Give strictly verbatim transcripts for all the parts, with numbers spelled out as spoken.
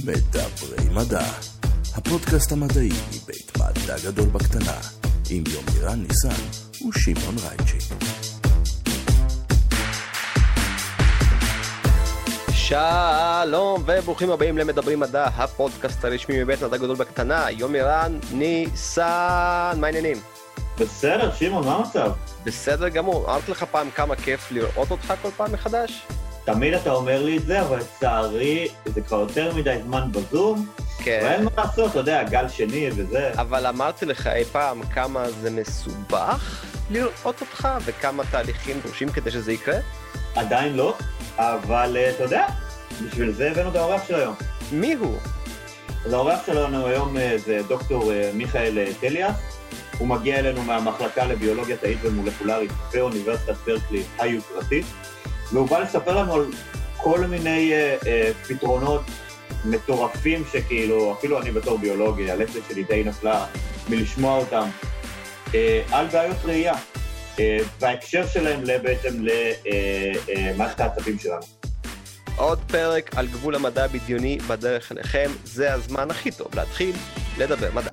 מדברי מדע, הפודקאסט המדעי מבית מדע גדול בקטנה, עם יומירן ניסן ושמעון רייצ'י. שלום וברוכים הבאים למדברי מדע, הפודקאסט הרשמי מבית מדע גדול בקטנה. יומירן ניסן, מה העניינים? בסדר, שמעון, מה המצב? בסדר גמור. אמרתי לך פעם כמה כיף לראות אותך כל פעם מחדש? תמיד אתה אומר לי את זה, אבל לצערי זה כבר יותר מדי זמן בזום. כן. ואין מה לעשות, אתה יודע, גל שני וזה. אבל אמרתי לך אי פעם כמה זה מסובך לראות אותך וכמה תהליכים דרושים כדי שזה יקרה? עדיין לא, אבל אתה יודע, בשביל זה הבאנו את האורח של היום. מי הוא? אז האורח שלנו היום זה דוקטור מיכאל טליאס. הוא מגיע אלינו מהמחלקה לביולוגיה תאית ומולקולרית באוניברסיטת ברקלי היוקרתית, והוא בא לספר לנו על כל מיני אה, אה, פתרונות מטורפים שכאילו, אפילו אני בתור ביולוגיה, הלסת שלי די נפלה מלשמוע אותם, אה, על בעיות ראייה, אה, בהקשר שלהם בעצם למערכת העצבים שלנו. עוד פרק על גבול המדע בדיוני בדרך אליכם, זה הזמן הכי טוב להתחיל לדבר מדע.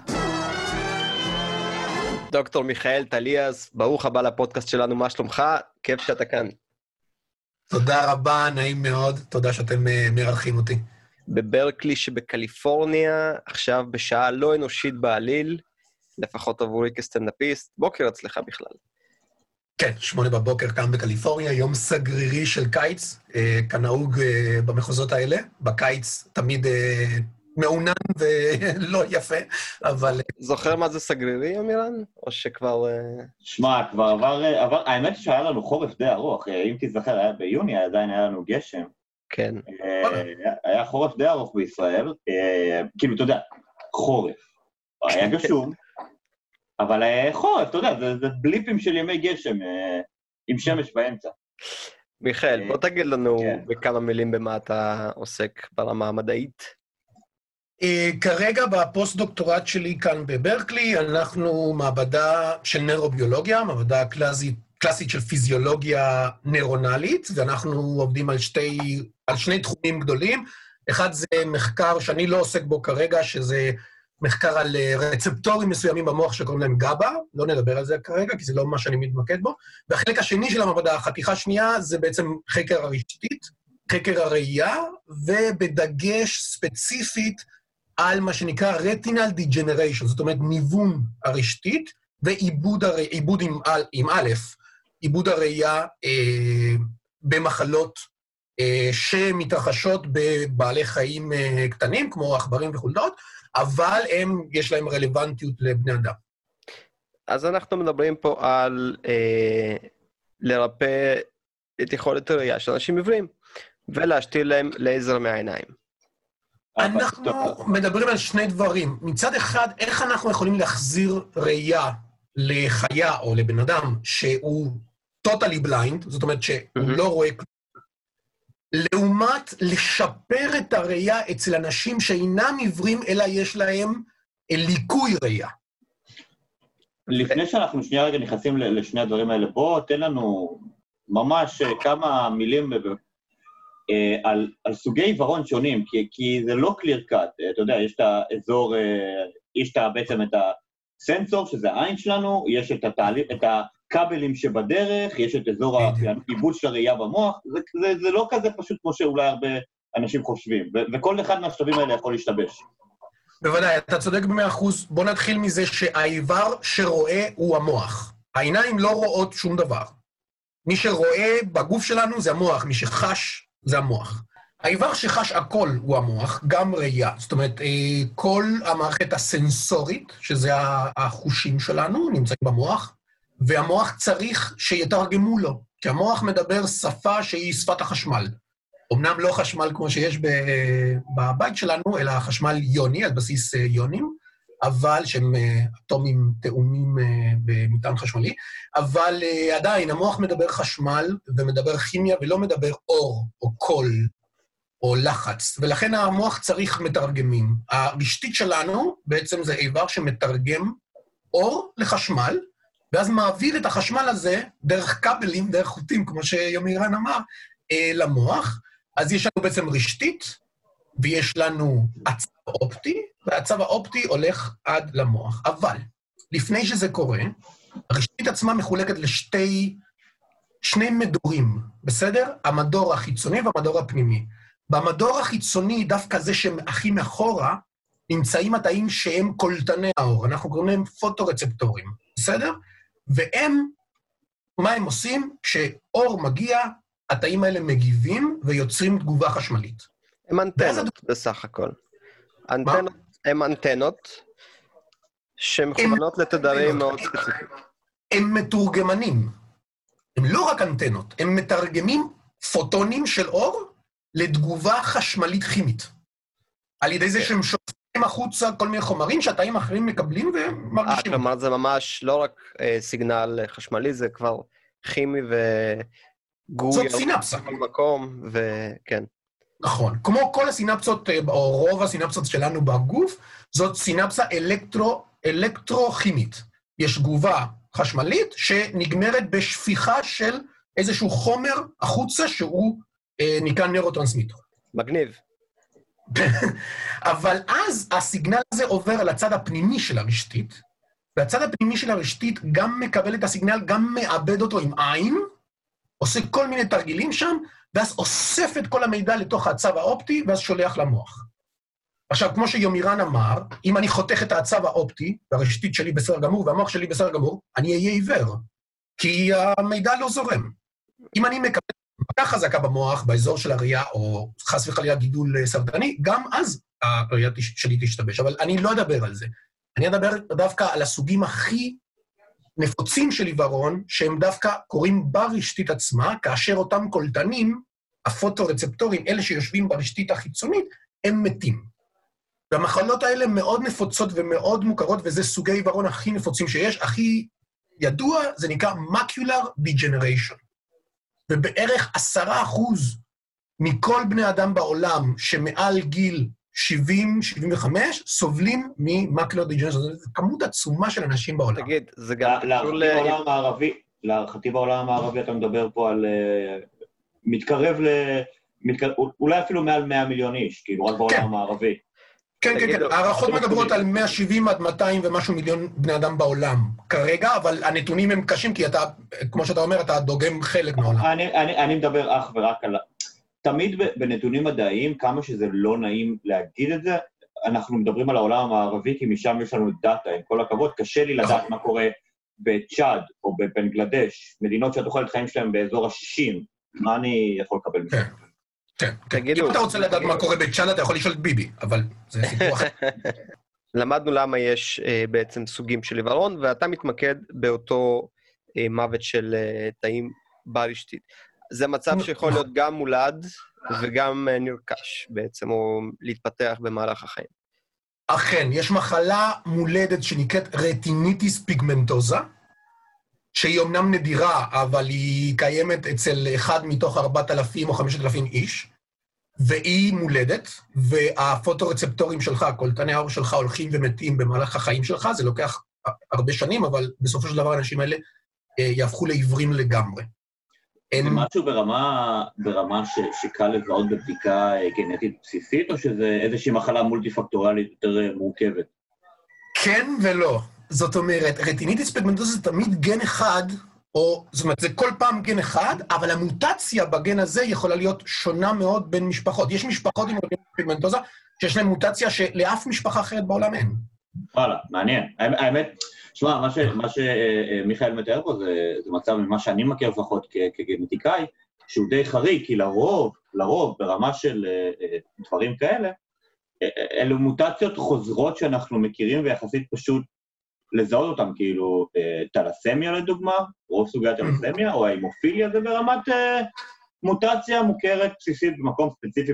דוקטור מיכאל טליאס, ברוך הבא לפודקאסט שלנו, מה שלומך? כיף שאתה כאן. תודה רבה, נעים מאוד, תודה שאתם מארחים אותי. בברקלי שבקליפורניה, עכשיו בשעה לא אנושית בעליל, לפחות עבורי כסטנדאפיסט, בוקר אצלך בכלל. כן, שמונה בבוקר כאן בקליפורניה, יום סגרירי של קיץ, כנהוג במחוזות האלה, בקיץ תמיד מעונן ולא יפה, אבל... זוכר מה זה סגרירי, יומירן? או שכבר... שמע, כבר עבר, עבר... האמת היא שהיה לנו חורף די ארוך, אם תזכר, היה ביוני, עדיין היה לנו גשם. כן. היה חורף די ארוך בישראל, כאילו, אתה יודע, חורף. היה גשום, אבל חורף, אתה יודע, זה בליפים של ימי גשם, עם שמש באמצע. מיכאל, בוא תגיד לנו בכמה מילים במה אתה עוסק ברמה המדעית. Uh, כרגע בפוסט-דוקטורט שלי כאן בברקלי, אנחנו מעבדה של נוירוביולוגיה, מעבדה קלאסית, קלאסית של פיזיולוגיה נוירונלית, ואנחנו עובדים על, שתי, על שני תחומים גדולים. אחד זה מחקר שאני לא עוסק בו כרגע, שזה מחקר על רצפטורים מסוימים במוח שקוראים להם גאבה, לא נדבר על זה כרגע, כי זה לא מה שאני מתמקד בו. והחלק השני של המעבדה, החתיכה השנייה, זה בעצם חקר הרשתית, חקר הראייה, ובדגש ספציפית, על מה שנקרא retinal degeneration, זאת אומרת ניוון הרשתית ועיבוד הר... עיבוד עם, עם א', עיבוד הראייה אה, במחלות אה, שמתרחשות בבעלי חיים אה, קטנים, כמו עכברים וחולדות, אבל הם, יש להם רלוונטיות לבני אדם. אז אנחנו מדברים פה על אה, לרפא את יכולת הראייה של אנשים עיוורים, ולהשתיל להם לייזר מהעיניים. אנחנו מדברים על שני דברים. מצד אחד, איך אנחנו יכולים להחזיר ראייה לחיה או לבן אדם שהוא totally blind, זאת אומרת שהוא לא רואה כלום, לעומת לשפר את הראייה אצל אנשים שאינם עיוורים, אלא יש להם ליקוי ראייה. לפני שאנחנו שנייה רגע נכנסים לשני הדברים האלה, בוא תן לנו ממש כמה מילים על, על סוגי עיוורון שונים, כי, כי זה לא קליר קאט, אתה יודע, יש את האזור, יש את בעצם את הסנסור, שזה העין שלנו, יש את, התהליך, את הכבלים שבדרך, יש את אזור העיבוד של הראייה במוח, זה, זה, זה לא כזה פשוט כמו שאולי הרבה אנשים חושבים, ו, וכל אחד מהשלבים האלה יכול להשתבש. בוודאי, אתה צודק במאה אחוז, בוא נתחיל מזה שהעיוור שרואה הוא המוח. העיניים לא רואות שום דבר. מי שרואה בגוף שלנו זה המוח, מי שחש זה המוח. העיוור שחש הכל הוא המוח, גם ראייה. זאת אומרת, כל המערכת הסנסורית, שזה החושים שלנו, נמצאים במוח, והמוח צריך שיתרגמו לו, כי המוח מדבר שפה שהיא שפת החשמל. אמנם לא חשמל כמו שיש בבית שלנו, אלא חשמל יוני, על בסיס יונים, אבל שהם אטומים טעונים במטען חשמלי, אבל עדיין המוח מדבר חשמל ומדבר כימיה ולא מדבר אור או קול או לחץ, ולכן המוח צריך מתרגמים. הרשתית שלנו בעצם זה איבר שמתרגם אור לחשמל, ואז מעביר את החשמל הזה דרך כבלים, דרך חוטים, כמו שיומירן אמר, למוח. אז יש לנו בעצם רשתית, ויש לנו עצב אופטי, והעצב האופטי הולך עד למוח. אבל, לפני שזה קורה, הרשתית עצמה מחולקת לשתי, שני מדורים, בסדר? המדור החיצוני והמדור הפנימי. במדור החיצוני, דווקא זה שהם הכי מאחורה, נמצאים התאים שהם קולטני האור, אנחנו קוראים להם פוטורצפטורים, בסדר? והם, מה הם עושים? כשאור מגיע, התאים האלה מגיבים ויוצרים תגובה חשמלית. הם אנטנות בסך הכל. אנטנות, הם אנטנות שמכוונות לתדרים מאוד ספציפיים. הם מתורגמנים. הם לא רק אנטנות, הם מתרגמים פוטונים של אור לתגובה חשמלית כימית. על ידי זה שהם שופטים החוצה כל מיני חומרים שהתאים האחרים מקבלים ומרגישים. כלומר, זה ממש לא רק סיגנל חשמלי, זה כבר כימי וגוי. זאת סינפסה. במקום, וכן. נכון. כמו כל הסינפסות, או רוב הסינפסות שלנו בגוף, זאת סינפסה אלקטרו, אלקטרו-כימית. יש תגובה חשמלית שנגמרת בשפיכה של איזשהו חומר החוצה שהוא אה, נקרא נוירוטרנסמיטר. מגניב. אבל אז הסיגנל הזה עובר על הצד הפנימי של הרשתית, והצד הפנימי של הרשתית גם מקבל את הסיגנל, גם מאבד אותו עם עין, עושה כל מיני תרגילים שם, ואז אוסף את כל המידע לתוך העצב האופטי, ואז שולח למוח. עכשיו, כמו שיומירן אמר, אם אני חותך את העצב האופטי, והרשתית שלי בסדר גמור, והמוח שלי בסדר גמור, אני אהיה עיוור, כי המידע לא זורם. אם אני מקבל מכה חזקה במוח, באזור של הראייה, או חס וחלילה גידול סרטני, גם אז הראייה שלי תשתבש, אבל אני לא אדבר על זה. אני אדבר דווקא על הסוגים הכי נפוצים של עיוורון, שהם דווקא קוראים ברשתית עצמה, כאשר אותם קולטנים, הפוטורצפטורים, אלה שיושבים ברשתית החיצונית, הם מתים. והמחלות האלה מאוד נפוצות ומאוד מוכרות, וזה סוגי עיוורון הכי נפוצים שיש, הכי ידוע, זה נקרא Macular Degeneration. ובערך עשרה אחוז מכל בני אדם בעולם שמעל גיל שבעים שבעים וחמש סובלים מ-Macular Degeneration. זו כמות עצומה של אנשים בעולם. תגיד, זה גם... בעולם הערבי, להערכתי בעולם הערבי אתה מדבר פה על... מתקרב ל... אולי אפילו מעל מאה מיליון איש, כאילו רק בעולם הערבי. כן, כן, כן. הערכות מדברות על מאה שבעים עד מאתיים ומשהו מיליון בני אדם בעולם כרגע, אבל הנתונים הם קשים, כי אתה, כמו שאתה אומר, אתה דוגם חלק מהעולם. אני, אני, אני מדבר אך ורק על... תמיד בנתונים מדעיים, כמה שזה לא נעים להגיד את זה, אנחנו מדברים על העולם המערבי, כי משם יש לנו דאטה, עם כל הכבוד, קשה לי לדעת מה קורה בצ'אד או בבנגלדש, מדינות שהתוחלת חיים שלהם באזור ה-שישים, מה אני יכול לקבל מזה? כן, כן. אם אתה רוצה לדעת מה קורה בצ'אד, אתה יכול לשאול את ביבי, אבל זה סיפור אחר. למדנו למה יש בעצם סוגים של עיוורון, ואתה מתמקד באותו מוות של תאים ברשתית. זה מצב שיכול להיות גם מולד וגם נרכש בעצם, או להתפתח במהלך החיים. אכן, יש מחלה מולדת שנקראת רטיניטיס פיגמנטוזה, שהיא אומנם נדירה, אבל היא קיימת אצל אחד מתוך ארבעת אלפים או חמשת אלפים איש, והיא מולדת, והפוטורצפטורים שלך, קולטני האור שלך הולכים ומתים במהלך החיים שלך, זה לוקח הרבה שנים, אבל בסופו של דבר האנשים האלה יהפכו לעיוורים לגמרי. זה משהו ברמה, ברמה ש, שקל לזהות בבדיקה גנטית בסיסית, או שזה איזושהי מחלה מולטי-פקטורלית יותר מורכבת? כן ולא. זאת אומרת, רטיניטיס פיגמנטוזה זה תמיד גן אחד, או, זאת אומרת, זה כל פעם גן אחד, אבל המוטציה בגן הזה יכולה להיות שונה מאוד בין משפחות. יש משפחות עם רטיניטיס פיגמנטוזה שיש להם מוטציה שלאף משפחה אחרת בעולם אין. וואלה, מעניין. האמת, שמע, מה, ש, מה שמיכאל מתאר פה זה, זה מצב ממה שאני מכיר לפחות כגנטיקאי, שהוא די חריג, כי לרוב, לרוב, ברמה של דברים כאלה, אלו מוטציות חוזרות שאנחנו מכירים ויחסית פשוט לזהות אותם, כאילו טלסמיה לדוגמה, רוב סוגי הטלסמיה, או ההימופיליה, זה ברמת מוטציה מוכרת בסיסית במקום ספציפי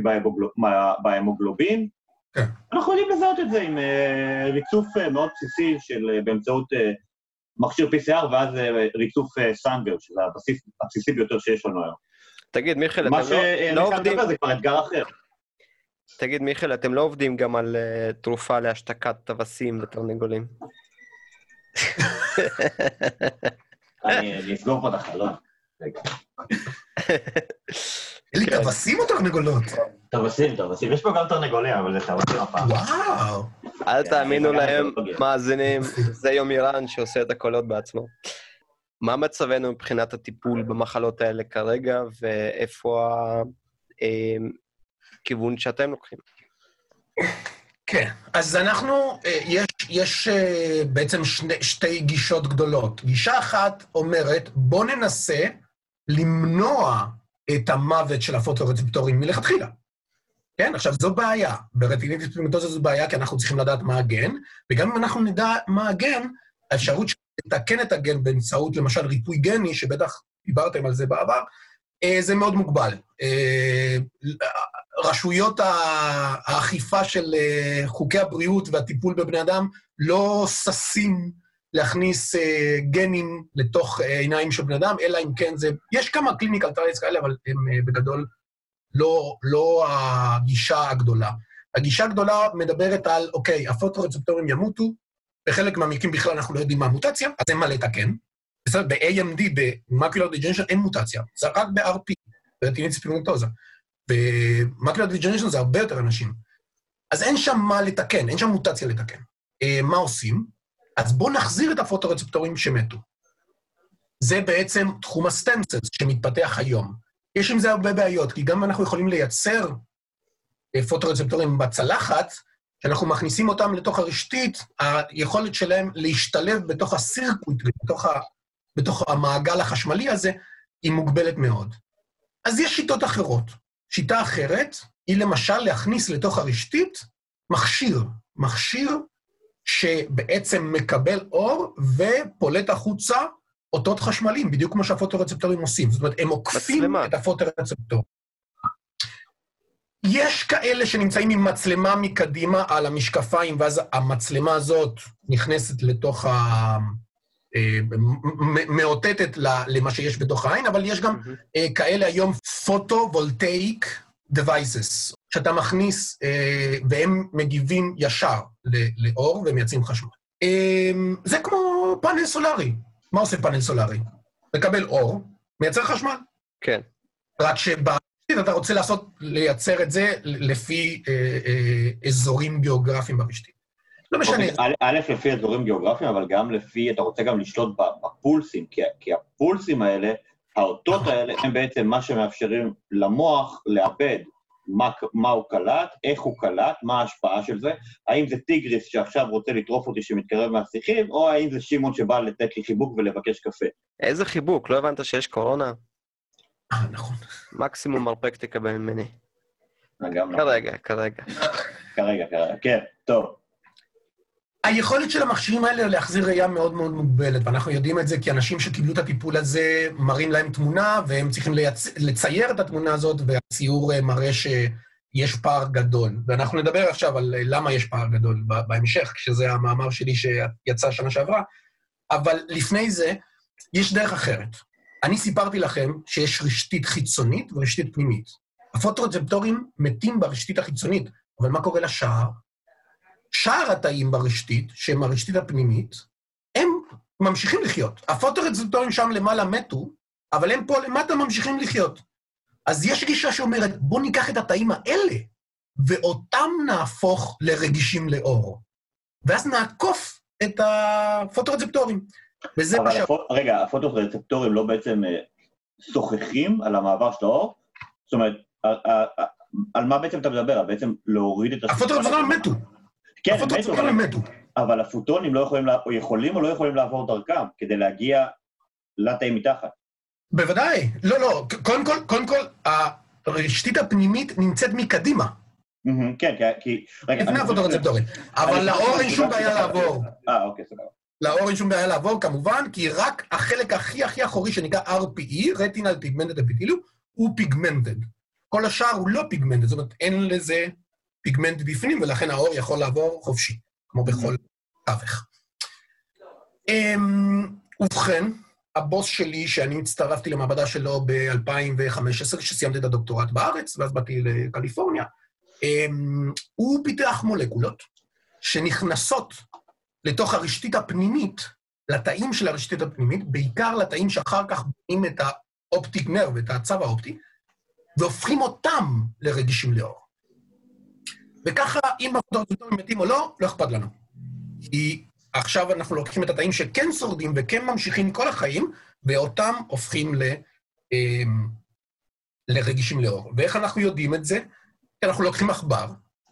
בהמוגלובין. אנחנו יודעים לזהות את זה עם ריצוף מאוד בסיסי של באמצעות מכשיר פי סי אר, ואז ריצוף סנגר, שזה הבסיסי ביותר שיש לנו היום. תגיד, מיכאל, אתם לא עובדים... זה כבר אתגר אחר. תגיד, מיכאל, אתם לא עובדים גם על תרופה להשתקת טווסים ותרנגולים? אני אסגור פה את החלון. אלי, כבשים או תרנגולות? תרבסים, תרבסים. יש פה גם תרנגולים, אבל זה תרבסים הפעם. וואו. אל תאמינו להם, מאזינים, זה יומירן שעושה את הקולות בעצמו. מה מצבנו מבחינת הטיפול במחלות האלה כרגע, ואיפה הכיוון שאתם לוקחים? כן, אז אנחנו, יש, יש בעצם שני, שתי גישות גדולות. גישה אחת אומרת, בוא ננסה למנוע את המוות של הפוטורצפטורים מלכתחילה. כן, עכשיו זו בעיה. ברטיניטיס פיגמנטוזה זו בעיה, כי אנחנו צריכים לדעת מה הגן, וגם אם אנחנו נדע מה הגן, האפשרות לתקן את הגן באמצעות, למשל, ריפוי גני, שבטח דיברתם על זה בעבר, זה מאוד מוגבל. רשויות האכיפה של חוקי הבריאות והטיפול בבני אדם לא ססים להכניס גנים לתוך עיניים של בני אדם, אלא אם כן זה... יש כמה קליניקל טרייס כאלה, אבל הם בגדול לא, לא הגישה הגדולה. הגישה הגדולה מדברת על, אוקיי, הפוטורצפטורים ימותו, בחלק מהמקרים בכלל אנחנו לא יודעים מה המוטציה, אז אין מה לתקן. בסדר, ב-איי אם די, במקולר דיג'נריישן, אין מוטציה. זה רק ב-אר פי, ברטיניטיס פיגמנטוזה. במקולר דיג'נריישן זה הרבה יותר אנשים. אז אין שם מה לתקן, אין שם מוטציה לתקן. מה עושים? אז בואו נחזיר את הפוטורצפטורים שמתו. זה בעצם תחום הסטמסלס שמתפתח היום. יש עם זה הרבה בעיות, כי גם אנחנו יכולים לייצר פוטורצפטורים בצלחת, שאנחנו מכניסים אותם לתוך הרשתית, היכולת שלהם להשתלב בתוך הסירקוויט, בתוך, ה, בתוך המעגל החשמלי הזה, היא מוגבלת מאוד. אז יש שיטות אחרות. שיטה אחרת היא למשל להכניס לתוך הרשתית מכשיר, מכשיר שבעצם מקבל אור ופולט החוצה אותות חשמליים, בדיוק כמו שהפוטורצפטורים עושים. זאת אומרת, הם עוקפים מצלמה. את הפוטורצפטור. יש כאלה שנמצאים עם מצלמה מקדימה על המשקפיים, ואז המצלמה הזאת נכנסת לתוך ה... מאותתת למה שיש בתוך העין, אבל יש גם כאלה היום פוטו-וולטאיק devices, שאתה מכניס, והם מגיבים ישר לאור ומייצרים חשמל. זה כמו פאנל סולרי. מה עושה פאנל סולרי? מקבל אור, מייצר חשמל. כן. רק שבא... אתה רוצה לעשות, לייצר את זה לפי אה, אה, אזורים גיאוגרפיים ברשתית. לא משנה. א', לפי אזורים גיאוגרפיים, אבל גם לפי, אתה רוצה גם לשלוט בפולסים, כי, כי הפולסים האלה, האותות האלה, הם בעצם מה שמאפשרים למוח לאבד מה, מה הוא קלט, איך הוא קלט, מה ההשפעה של זה, האם זה טיגריס שעכשיו רוצה לטרוף אותי שמתקרב מהשיחים, או האם זה שימון שבא לתת לי חיבוק ולבקש קפה. איזה חיבוק? לא הבנת שיש קורונה? אה, נכון. מקסימום מרפק תקבל ממני. גם כרגע, כרגע. כרגע, כרגע, כן, טוב. היכולת של המכשירים האלה להחזיר ראייה מאוד מאוד מוגבלת, ואנחנו יודעים את זה כי אנשים שקיבלו את הטיפול הזה מראים להם תמונה, והם צריכים לייצ... לצייר את התמונה הזאת, והציור מראה שיש פער גדול. ואנחנו נדבר עכשיו על למה יש פער גדול בהמשך, כשזה המאמר שלי שיצא שנה שעברה, אבל לפני זה יש דרך אחרת. אני סיפרתי לכם שיש רשתית חיצונית ורשתית פנימית. הפוטורצפטורים מתים ברשתית החיצונית, אבל מה קורה לשער? שער התאים ברשתית, שהם הרשתית הפנימית, הם ממשיכים לחיות. הפוטורצפטורים שם למעלה מתו, אבל הם פה למטה ממשיכים לחיות. אז יש גישה שאומרת, בוא ניקח את התאים האלה, ואותם נהפוך לרגישים לאור. ואז נעקוף את הפוטורצפטורים. וזה אבל בשב... הפוט... רגע, הפוטורצפטורים לא בעצם שוחחים על המעבר של האור? זאת אומרת, על, על, על מה בעצם אתה מדבר? בעצם להוריד את... הפוטורצפטורים מתו. כן, הפוטורצפטורים מתו. אבל הפוטונים לא יכולים, או יכולים או לא יכולים לעבור דרכם, כדי להגיע לתאים מתחת. בוודאי. לא, לא. קודם כל, קודם כל, הרשתית הפנימית נמצאת מקדימה. כן, כי... לפני הפוטורצפטורים. אבל לאור אין שום בעיה לעבור. אה, אוקיי, סבבה. לאור אין שום בעיה לעבור, כמובן, כי רק החלק הכי הכי אחורי שנקרא אר פי אי, Retinal Pigmented Epithelium, הוא פיגמנטד. כל השאר הוא לא פיגמנטד, זאת אומרת, אין לזה פיגמנט בפנים, ולכן האור יכול לעבור חופשי, כמו בכל תווך. ובכן, הבוס שלי, שאני הצטרפתי למעבדה שלו ב-אלפיים וחמש עשרה, כשסיימתי את הדוקטורט בארץ, ואז באתי לקליפורניה, הוא פיתח מולקולות שנכנסות לתוך הרשתית הפנימית, לתאים של הרשתית הפנימית, בעיקר לתאים שאחר כך בונים את האופטיק נרב, את הצו האופטי, והופכים אותם לרגישים לאור. וככה, אם הפוטוסינתטים מתים או לא, לא אכפת לנו. כי עכשיו אנחנו לוקחים את התאים שכן שורדים וכן ממשיכים כל החיים, ואותם הופכים ל, אה, לרגישים לאור. ואיך אנחנו יודעים את זה? כי אנחנו לוקחים עכבר,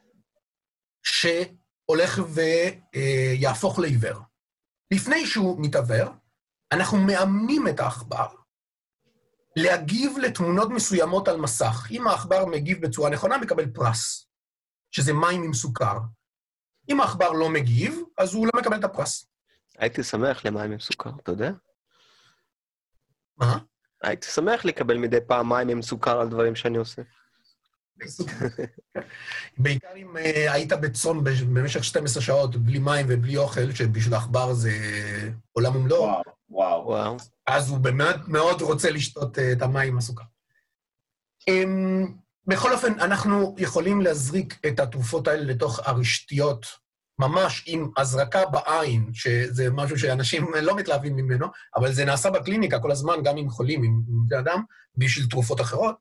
שהולך ויהפוך לעיוור. לפני שהוא מתעוור, אנחנו מאמנים את העכבר להגיב לתמונות מסוימות על מסך. אם העכבר מגיב בצורה נכונה, מקבל פרס, שזה מים עם סוכר. אם העכבר לא מגיב, אז הוא לא מקבל את הפרס. הייתי שמח למים עם סוכר, אתה יודע? מה? הייתי שמח לקבל מדי פעם מים עם סוכר על דברים שאני עושה. בעיקר אם היית בצום במשך שתים עשרה שעות בלי מים ובלי אוכל, שבשביל העכבר זה עולם ומלואו. וואו, וואו. אז הוא באמת מאוד רוצה לשתות את המים עם הסוכר. בכל אופן, אנחנו יכולים להזריק את התרופות האלה לתוך הרשתיות, ממש עם הזרקה בעין, שזה משהו שאנשים לא מתלהבים ממנו, אבל זה נעשה בקליניקה כל הזמן, גם עם חולים, עם בני אדם, בשביל תרופות אחרות.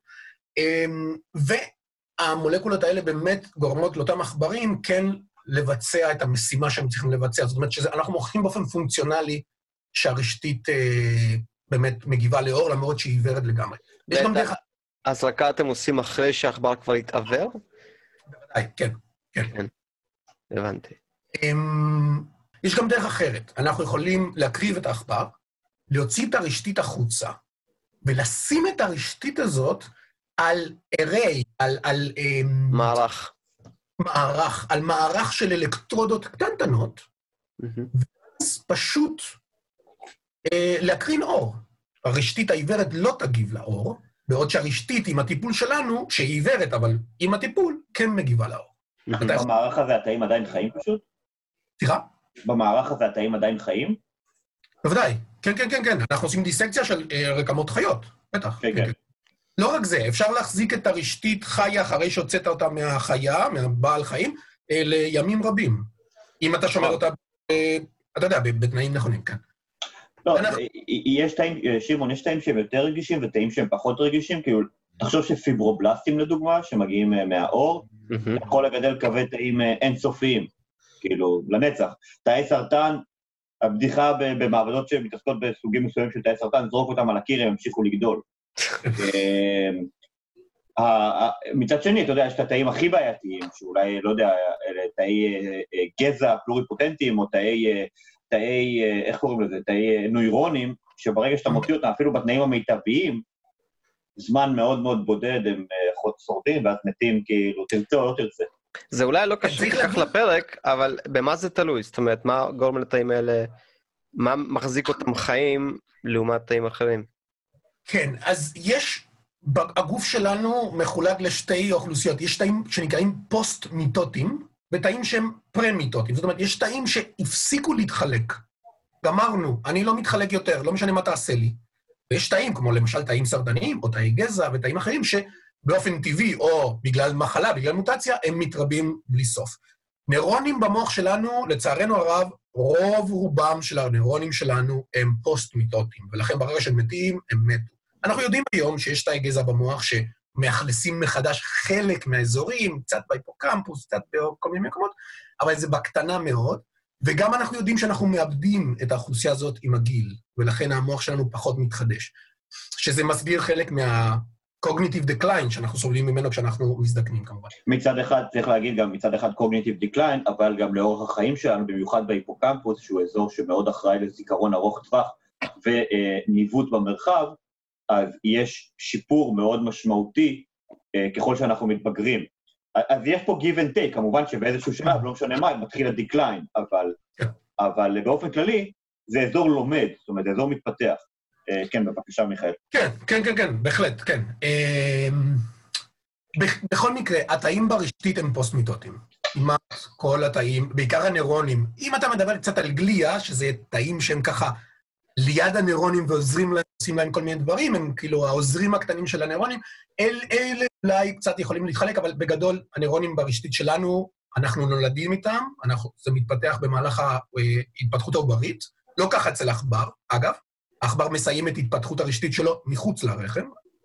והמולקולות האלה באמת גורמות לאותם עכברים כן לבצע את המשימה שהם צריכים לבצע. זאת אומרת שאנחנו מוכיחים באופן פונקציונלי שהרשתית באמת מגיבה לאור, למרות שהיא עיוורת לגמרי. יש גם דרך... הזרקה אתם עושים אחרי שהעכבר כבר התעוור? בוודאי, כן, כן. כן, הבנתי. יש גם דרך אחרת. אנחנו יכולים להקריב את העכבר, להוציא את הרשתית החוצה, ולשים את הרשתית הזאת על array, על... על מערך. מערך, על מערך של אלקטרודות קטנטנות, ואז פשוט להקרין אור. הרשתית העיוורת לא תגיב לאור, בעוד שהרשתית עם הטיפול שלנו, שהיא עיוורת, אבל עם הטיפול, כן מגיבה לאור. במערך הזה התאים עדיין חיים פשוט? סליחה? במערך הזה התאים עדיין חיים? בוודאי, כן, כן, כן, כן. אנחנו עושים דיסקציה של רקמות חיות, בטח. כן, כן. לא רק זה, אפשר להחזיק את הרשתית חיה אחרי שהוצאת אותה מהחיה, מהבעל חיים, לימים רבים. אם אתה שומר אותה, אתה יודע, בתנאים נכונים, כן. לא, יש תאים, שימון, יש תאים שהם יותר רגישים ותאים שהם פחות רגישים, כאילו, תחשוב שפיברובלסטים לדוגמה, שמגיעים מהאור, יכול לגדל קווי תאים אינסופיים, כאילו, לנצח. תאי סרטן, הבדיחה במעבדות שמתעסקות בסוגים מסוימים של תאי סרטן, זרוק אותם על הקיר, הם המשיכו לגדול. מצד שני, אתה יודע, יש את התאים הכי בעייתיים, שאולי, לא יודע, תאי גזע פלוריפוטנטיים, או תאי, תאי, איך קוראים לזה, תאי נוירונים, שברגע שאתה מוציא אותם, אפילו בתנאים המיטביים, זמן מאוד מאוד בודד, הם שורדים, ואז מתים כאילו, תרצה או לא תרצה. זה אולי לא קשור כך לפרק, אבל במה זה תלוי? זאת אומרת, מה גורם לתאים האלה, מה מחזיק אותם חיים לעומת תאים אחרים? כן, אז יש, הגוף שלנו מחולק לשתי אוכלוסיות, יש תאים שנקראים פוסט-מיטוטים, ותאים שהם פרה-מיטוטים, זאת אומרת, יש תאים שהפסיקו להתחלק. גמרנו, אני לא מתחלק יותר, לא משנה מה תעשה לי. ויש תאים, כמו למשל תאים סרטניים, או תאי גזע ותאים אחרים, שבאופן טבעי, או בגלל מחלה, בגלל מוטציה, הם מתרבים בלי סוף. נוירונים במוח שלנו, לצערנו הרב, רוב רובם של הנוירונים שלנו הם פוסט-מיטוטים, ולכן ברגע שהם מתים, הם מתו. אנחנו יודעים היום שיש תאי גזע במוח שמאכלסים מחדש חלק מהאזורים, קצת בהיפוקמפוס, קצת בכל מיני מקומות, אבל זה בקטנה מאוד, וגם אנחנו יודעים שאנחנו מאבדים את האוכלוסייה הזאת עם הגיל, ולכן המוח שלנו פחות מתחדש. שזה מסביר חלק מה-cognitive decline שאנחנו סובלים ממנו כשאנחנו מזדקנים כמובן. מצד אחד, צריך להגיד גם מצד אחד cognitive decline, אבל גם לאורך החיים שלנו, במיוחד בהיפוקמפוס, שהוא אזור שמאוד אחראי לזיכרון ארוך טווח, וניווט במרחב, אז יש שיפור מאוד משמעותי ככל שאנחנו מתבגרים. אז יש פה give and take, כמובן שבאיזשהו שלב, לא משנה מה, מתחיל הדקליין, אבל, אבל באופן כללי, זה אזור לומד, זאת אומרת, זה אזור מתפתח. כן, בבקשה, מיכאל. כן, כן, כן, כן, בהחלט, כן. בכל מקרה, התאים ברשתית הם פוסט-מיטוטים. כמעט כל התאים, בעיקר הנוירונים. אם אתה מדבר קצת על גליה, שזה תאים שהם ככה ליד הנוירונים ועוזרים להם, עושים להם כל מיני דברים, הם כאילו העוזרים הקטנים של הנוירונים, אל, אלה אולי קצת יכולים להתחלק, אבל בגדול, הנוירונים ברשתית שלנו, אנחנו נולדים איתם, אנחנו, זה מתפתח במהלך ההתפתחות העוברית, לא ככה אצל עכבר, אגב, העכבר מסיים את התפתחות הרשתית שלו מחוץ לרחם.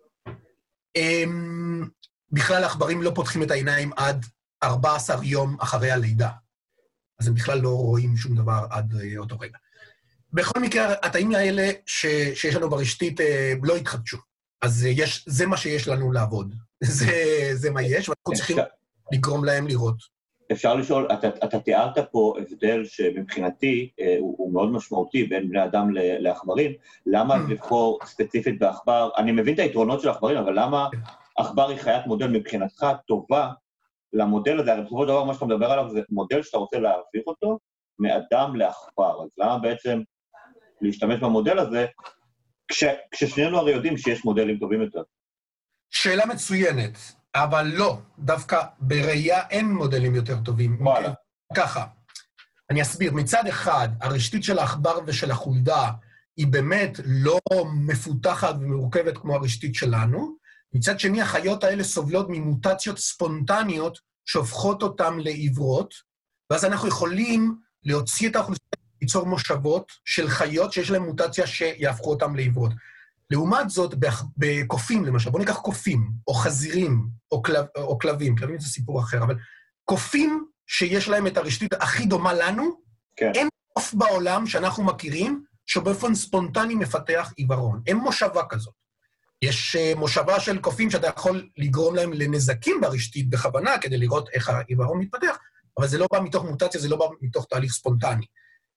בכלל, העכברים לא פותחים את העיניים עד ארבעה עשר יום אחרי הלידה. אז הם בכלל לא רואים שום דבר עד אותו רגע. בכל מקרה, התאים האלה ש, שיש לנו ברשתית לא התחדשו. אז יש, זה מה שיש לנו לעבוד. זה, זה מה יש, ואנחנו צריכים לגרום להם לראות. אפשר לשאול, אתה, אתה תיארת פה הבדל שמבחינתי הוא, הוא מאוד משמעותי בין בני אדם לעכברים. למה לבחור ספציפית בעכבר? אני מבין את היתרונות של העכברים, אבל למה עכבר היא חיית מודל מבחינתך טובה למודל הזה? הרי בסופו של דבר מה שאתה מדבר עליו זה מודל שאתה רוצה להעביר אותו מאדם לעכבר. אז למה בעצם להשתמש במודל הזה, כש, כששנינו הרי יודעים שיש מודלים טובים יותר? שאלה מצוינת, אבל לא, דווקא בראייה אין מודלים יותר טובים. וואלה. ככה, אני אסביר, מצד אחד, הרשתית של העכבר ושל החולדה היא באמת לא מפותחת ומורכבת כמו הרשתית שלנו, מצד שני, החיות האלה סובלות ממוטציות ספונטניות שהופכות אותן לעיוורות, ואז אנחנו יכולים להוציא את האוכלוסייה, ליצור מושבות של חיות שיש להן מוטציה שיהפכו אותן לעיוורות. לעומת זאת, בקופים, למשל, בואו ניקח קופים, או חזירים, או, כלב, או כלבים, כלבים זה סיפור אחר, אבל קופים שיש להם את הרשתית הכי דומה לנו, כן. אין קוף בעולם שאנחנו מכירים, שבאופן ספונטני מפתח עיוורון. אין מושבה כזאת. יש מושבה של קופים שאתה יכול לגרום להם לנזקים ברשתית בכוונה, כדי לראות איך העיוורון מתפתח, אבל זה לא בא מתוך מוטציה, זה לא בא מתוך תהליך ספונטני.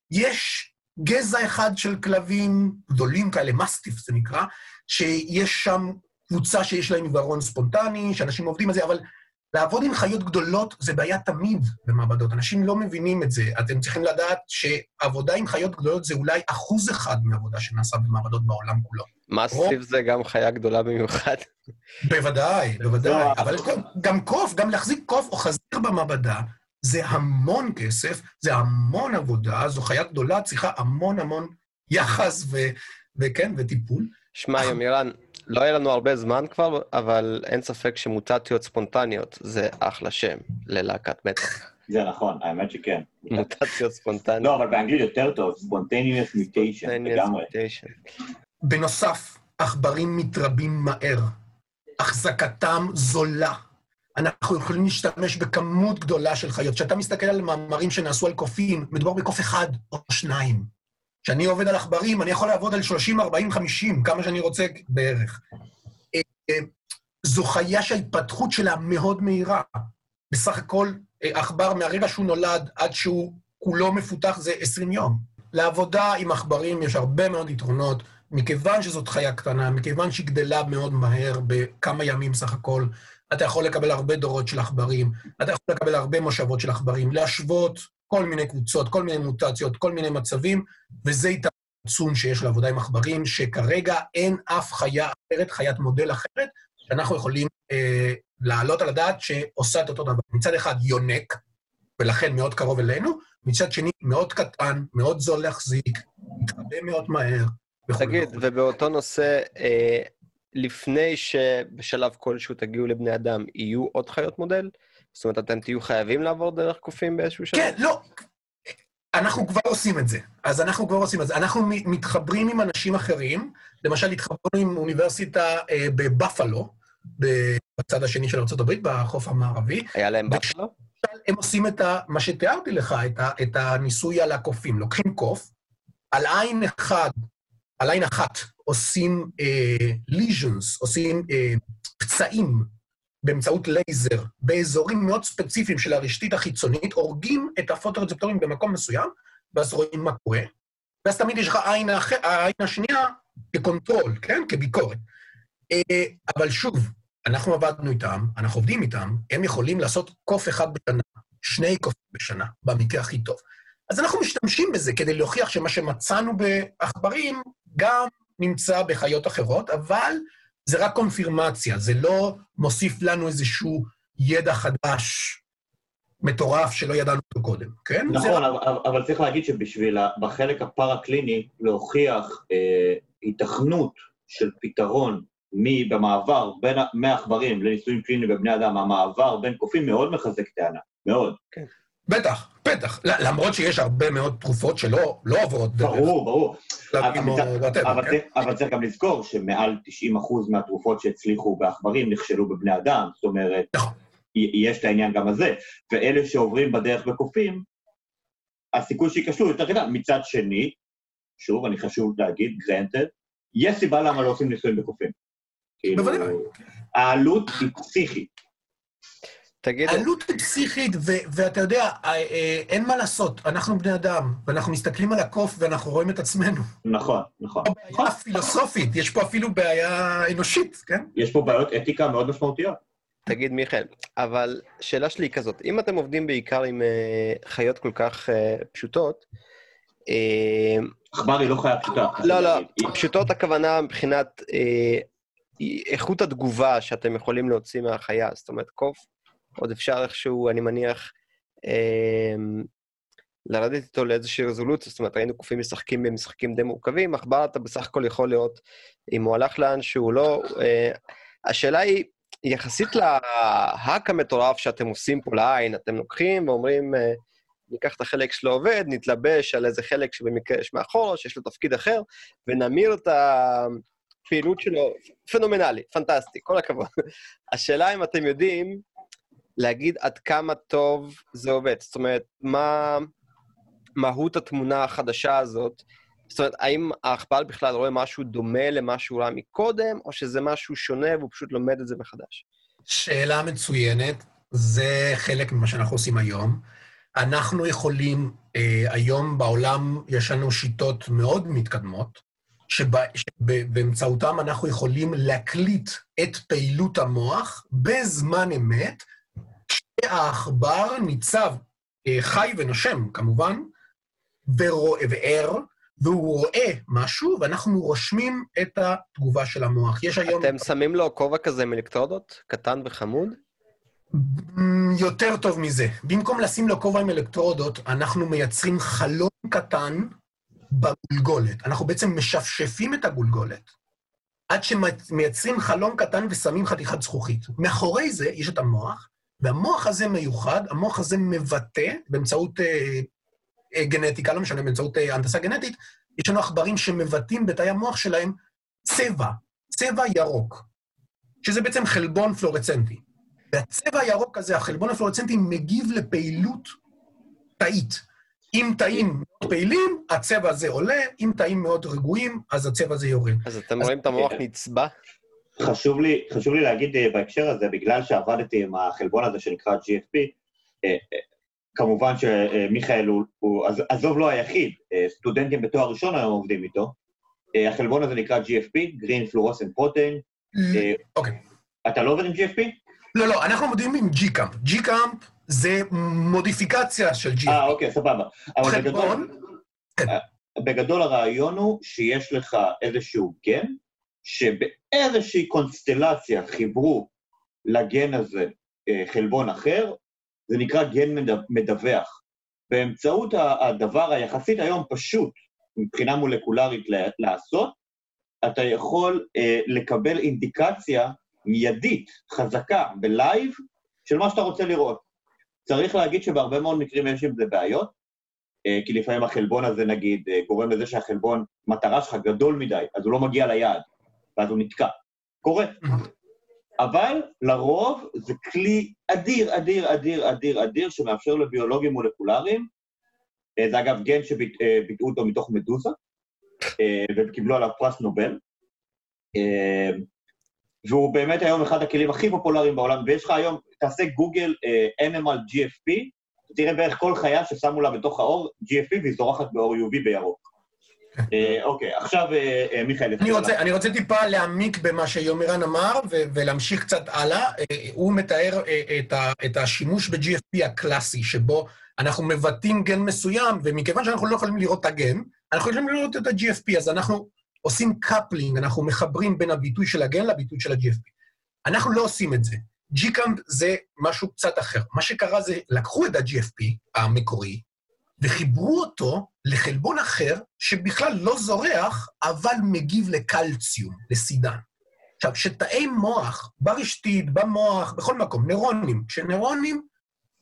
יש גזע אחד של כלבים גדולים כאלה, מסטיף זה נקרא, שיש שם קבוצה שיש להם עיוורון ספונטני, שאנשים עובדים על זה, אבל לעבוד עם חיות גדולות זה בעיה תמיד במעבדות. אנשים לא מבינים את זה. אתם צריכים לדעת שעבודה עם חיות גדולות זה אולי אחוז אחד מעבודה שנעשה במעבדות בעולם כולו. מסטיף זה גם חיה גדולה במיוחד. בוודאי, בוודאי. אבל גם קוף, גם להחזיק קוף או חזיר במעבדה, זה המון כסף, זה המון עבודה, זו חיה גדולה, צריכה המון המון יחס וכן, וטיפול. שמע, יומירן, לא היה לנו הרבה זמן כבר, אבל אין ספק שמוטציות ספונטניות זה אחלה שם ללהקת מתח. זה נכון, האמת שכן. מוטציות ספונטניות. לא, אבל באנגלית יותר טוב, spontaneous mutation, לגמרי. בנוסף, עכברים מתרבים מהר, החזקתם זולה. אנחנו יכולים להשתמש בכמות גדולה של חיות. כשאתה מסתכל על מאמרים שנעשו על קופים, מדובר בקוף אחד או שניים. כשאני עובד על עכברים, אני יכול לעבוד על שלושים, ארבעים, חמישים, כמה שאני רוצה בערך. זו חיה שההתפתחות שלה מאוד מהירה. בסך הכל, עכבר מהרגע שהוא נולד עד שהוא כולו מפותח זה עשרים יום. לעבודה עם עכברים יש הרבה מאוד יתרונות, מכיוון שזאת חיה קטנה, מכיוון שהיא גדלה מאוד מהר בכמה ימים סך הכל, אתה יכול לקבל הרבה דורות של עכברים, אתה יכול לקבל הרבה מושבות של עכברים, להשוות כל מיני קבוצות, כל מיני מוטציות, כל מיני מצבים, וזה יתרון עצום שיש לעבודה עם עכברים, שכרגע אין אף חיה אחרת, חיית מודל אחרת, שאנחנו יכולים אה, לעלות על הדעת שעושה את אותו דבר. מצד אחד יונק, ולכן מאוד קרוב אלינו, מצד שני מאוד קטן, מאוד זול להחזיק, מתחבא מאוד מהר. תגיד, ובאותו נושא, אה, לפני שבשלב כלשהו תגיעו לבני אדם, יהיו עוד חיות מודל? זאת אומרת, אתם תהיו חייבים לעבור דרך קופים באיזשהו שלב? כן, לא. אנחנו כבר עושים את זה. אז אנחנו כבר עושים את זה. אנחנו מתחברים עם אנשים אחרים, למשל, התחברנו עם אוניברסיטה אה, בבפלו, בצד השני של ארצות הברית, בחוף המערבי. היה להם בפלו? הם עושים את ה, מה שתיארתי לך, את, ה, את הניסוי על הקופים. לוקחים קוף, על עין אחד, על עין אחת עושים ליז'נס, uh, עושים uh, פצעים באמצעות לייזר, באזורים מאוד ספציפיים של הרשתית החיצונית, הורגים את הפוטורצפטורים במקום מסוים, ואז רואים מה קורה, ואז תמיד יש לך עין, האח... העין השנייה כקונטרול, כן? כביקורת. Uh, אבל שוב, אנחנו עבדנו איתם, אנחנו עובדים איתם, הם יכולים לעשות קוף אחד בשנה, שני קופים בשנה, במקרה הכי טוב. אז אנחנו משתמשים בזה כדי להוכיח שמה שמצאנו בעכברים גם נמצא בחיות אחרות, אבל זה רק קונפירמציה, זה לא מוסיף לנו איזשהו ידע חדש, מטורף שלא ידענו אותו קודם, כן? נכון, אבל, אבל צריך להגיד שבשביל בחלק הפרקליני להוכיח אה, התכנות של פתרון מי במעבר בין מעכברים לניסויים קליניים בבני אדם, המעבר בין קופים מאוד מחזק טענה, מאוד. כן. בטח, בטח. למרות שיש הרבה מאוד תרופות שלא לא עוברות דרך. ברור, ברור. אבל אבל צריך גם לזכור שמעל תשעים אחוז מהתרופות שהצליחו בעכברים נכשלו בבני אדם, זאת אומרת, יש את העניין גם הזה, ואלה שעוברים בדרך בקופים, הסיכוי שיקשלו יותר קטן. מצד שני, שוב, אני חשוב להגיד, granted, יש סיבה למה לא עושים ניסויים בקופים. בוודאי. העלות היא פסיכית. העלות היא פסיכית, ואתה יודע, אין מה לעשות, אנחנו בני אדם, ואנחנו מסתכלים על הקוף ואנחנו רואים את עצמנו. נכון, נכון. יש פה בעיה פילוסופית, יש פה אפילו בעיה אנושית, כן? יש פה בעיות אתיקה מאוד משמעותיות. תגיד, מיכאל, אבל שאלה שלי היא כזאת, אם אתם עובדים בעיקר עם חיות כל כך פשוטות, עכבר היא לא חיה פשוטה. לא, לא, פשוטות הכוונה מבחינת איכות התגובה שאתם יכולים להוציא מהחיה, זאת אומרת, קוף, עוד אפשר איכשהו, אני מניח, לרדת איתו לאיזושהי רזולוציה, זאת אומרת, היינו קופים משחקים במשחקים די מורכבים, עכבר אתה בסך הכל יכול להיות, אם הוא הלך לאן שהוא לא, השאלה היא, יחסית להאק המטורף שאתם עושים פה לעין, אתם לוקחים ואומרים, ניקח את החלק שלו עובד, נתלבש על איזה חלק שבמקרה יש מאחור, שיש לו תפקיד אחר, ונמיר את הפעילות שלו, פנומנלי, פנטסטי, כל הכבוד. השאלה אם אתם יודעים להגיד עד כמה טוב זה עובד, זאת אומרת, מה מהות התמונה החדשה הזאת, זאת אומרת, האם העכבר בכלל רואה משהו דומה למה שהוא ראה מקודם, או שזה משהו שונה והוא פשוט לומד את זה מחדש? שאלה מצוינת, זה חלק ממה שאנחנו עושים היום. אנחנו יכולים, אה, היום בעולם יש לנו שיטות מאוד מתקדמות, שבאמצעותם אנחנו יכולים להקליט את פעילות המוח בזמן אמת, כשהעכבר ניצב אה, חי ונושם, כמובן, ורואה, וער, והוא רואה משהו, ואנחנו רושמים את התגובה של המוח. יש היום... אתם שמים לו כובע כזה עם אלקטרודות? קטן וחמוד? יותר טוב מזה. במקום לשים לו כובע עם אלקטרודות, אנחנו מייצרים חלון קטן בגולגולת. אנחנו בעצם משפשפים את הגולגולת, עד שמייצרים חלון קטן ושמים חתיכת זכוכית. מאחורי זה יש את המוח, והמוח הזה מיוחד, המוח הזה מבטא באמצעות... גנטיקה, לא משנה, באמצעות הנדסה גנטית, יש לנו עכברים שמבטאים בתאי המוח שלהם צבע, צבע ירוק, שזה בעצם חלבון פלורסצנטי. והצבע הירוק הזה, החלבון הפלורסצנטי, מגיב לפעילות תאית. אם תאים פעילים, הצבע הזה עולה, אם תאים מאוד רגועים, אז הצבע הזה יורד. אז אתם רואים את המוח נצבע? חשוב לי, חשוב לי להגיד בהקשר הזה, בגלל שעבדתי עם החלבון הזה שנקרא ג'י אף פי, כמובן שמיכאל הוא, הוא עזוב לא היחיד, סטודנטים בתואר ראשון היום עובדים איתו, החלבון הזה נקרא ג'י אף פי, Green Fluorescent Protein. אוקיי. אתה לא עובד עם ג'י אף פי? לא, לא, אנחנו עובדים עם ג'י-קאמפ. ג'י-קאמפ זה מודיפיקציה של ג'י אף פי. אה, אוקיי, סבבה. חלבון? בגדול הרעיון הוא שיש לך איזשהו גן, שבאיזושהי קונסטלציה חיברו לגן הזה חלבון אחר, זה נקרא גן מדווח. באמצעות הדבר היחסית היום פשוט, מבחינה מולקולרית לעשות, אתה יכול אה, לקבל אינדיקציה מיידית, חזקה, בלייב, של מה שאתה רוצה לראות. צריך להגיד שבהרבה מאוד מקרים יש עם זה בעיות, אה, כי לפעמים החלבון הזה, נגיד, אה, גורם לזה שהחלבון, מטרה שלך גדול מדי, אז הוא לא מגיע ליעד, ואז הוא נתקע. קורה. אבל לרוב זה כלי אדיר, אדיר, אדיר, אדיר, אדיר, שמאפשר לביולוגים מולקולריים, זה אגב גן שביטאו אותו מתוך מדוזה, וקיבלו עליו פרס נובל, והוא באמת היום אחד הכלים הכי פופולריים בעולם, ויש לך היום, תעשה גוגל אנימל ג'י אף פי, תראה בערך כל חיה ששמו לה בתוך האור ג'י אף פי, והיא זורחת באור יו וי בירוק. אוקיי, עכשיו מיכאל... אני רוצה טיפה להעמיק במה שיומירן אמר, ולהמשיך קצת הלאה. הוא מתאר את השימוש ב-ג'י אף פי הקלאסי, שבו אנחנו מבטאים גן מסוים, ומכיוון שאנחנו לא יכולים לראות את הגן, אנחנו יכולים לראות את ה-ג'י אף פי, אז אנחנו עושים קפלינג, אנחנו מחברים בין הביטוי של הגן לביטוי של ה-ג'י אף פי. אנחנו לא עושים את זה. ג'י-קאמפ זה משהו קצת אחר. מה שקרה זה, לקחו את ה-ג'י אף פי המקורי, וחיברו אותו לחלבון אחר, שבכלל לא זורח, אבל מגיב לקלציום, לסידן. עכשיו, שתאי מוח, ברשתית, במוח, בכל מקום, נוירונים, כשנוירונים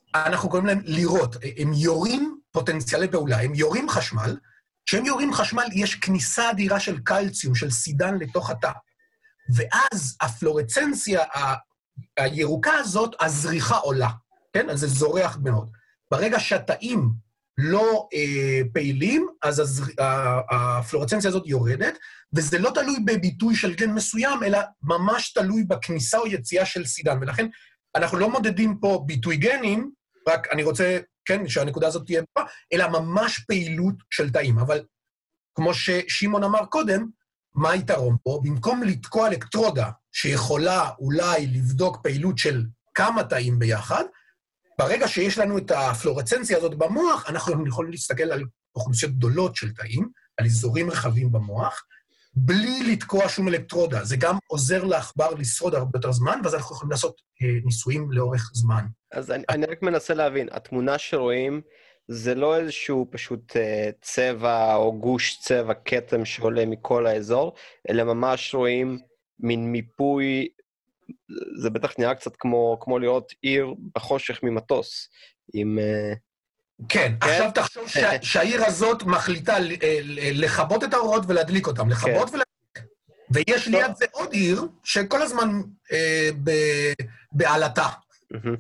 אנחנו קוראים להם לירות, הם יורים פוטנציאלי פעולה, הם יורים חשמל, כשהם יורים חשמל יש כניסה אדירה של קלציום, של סידן לתוך התא, ואז הפלורסצנציה הירוקה הזאת, הזריחה עולה, כן? אז זה זורח מאוד. ברגע שהתאים לא אה, פעילים, אז הזר... הפלורסצנציה הזאת יורדת, וזה לא תלוי בביטוי של גן מסוים, אלא ממש תלוי בכניסה או יציאה של סידן, ולכן אנחנו לא מודדים פה ביטוי גנים, רק אני רוצה, כן, שהנקודה הזאת תהיה פה, אלא ממש פעילות של תאים. אבל כמו ששימון אמר קודם, מה היתרון פה? במקום לתקוע אלקטרודה שיכולה אולי לבדוק פעילות של כמה תאים ביחד, ברגע שיש לנו את הפלורסצנציה הזאת במוח, אנחנו יכולים להסתכל על אוכלוסיות גדולות של תאים, על אזורים רחבים במוח, בלי לתקוע שום אלקטרודה. זה גם עוזר לעכבר לשרוד הרבה יותר זמן, ואז אנחנו יכולים לעשות אה, ניסויים לאורך זמן. אז אני, אני רק מנסה להבין, התמונה שרואים, זה לא איזשהו פשוט אה, צבע או גוש צבע קטם שעולה מכל האזור, אלא ממש רואים מין מיפוי, זה בטח נראה קצת כמו, כמו לראות עיר בחושך ממטוס, עם... אה... כן, כן, עכשיו תחשוב שה, שהעיר הזאת מחליטה לכבות את האורות ולהדליק אותם, לכבות כן. ולהדליק. ויש ליד זה עוד עיר שכל הזמן אה, ב, בעלתה. Mm-hmm.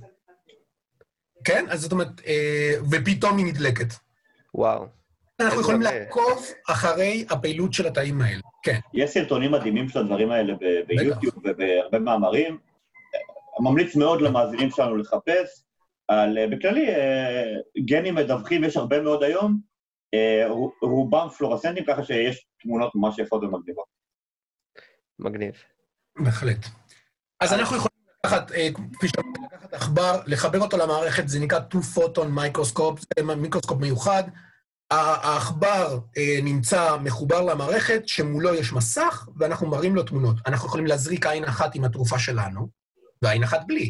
כן? אז זאת אומרת, אה, ופתאום היא נדלקת. וואו. אנחנו יכולים לעקוב אחרי הפעילות של התאים האלה. כן. יש סרטונים מדהימים של הדברים האלה ב- ביוטיוב ובהרבה מאמרים. ממליץ מאוד למאזינים שלנו לחפש. על, בכללי, גנים מדווחים יש הרבה מאוד היום, רובם פלורסנטים, ככה שיש תמונות ממש יפות ומגניבות. מגניב. בהחלט. אז אנחנו יכולים לקחת, כפי שאמרתי, לקחת עכבר, לחבר אותו למערכת, זה נקרא two photon microscope, זה מיקרוסקופ מיוחד. העכבר נמצא מחובר למערכת, שמולו יש מסך, ואנחנו מראים לו תמונות. אנחנו יכולים להזריק עין אחת עם התרופה שלנו, ועין אחת בלי.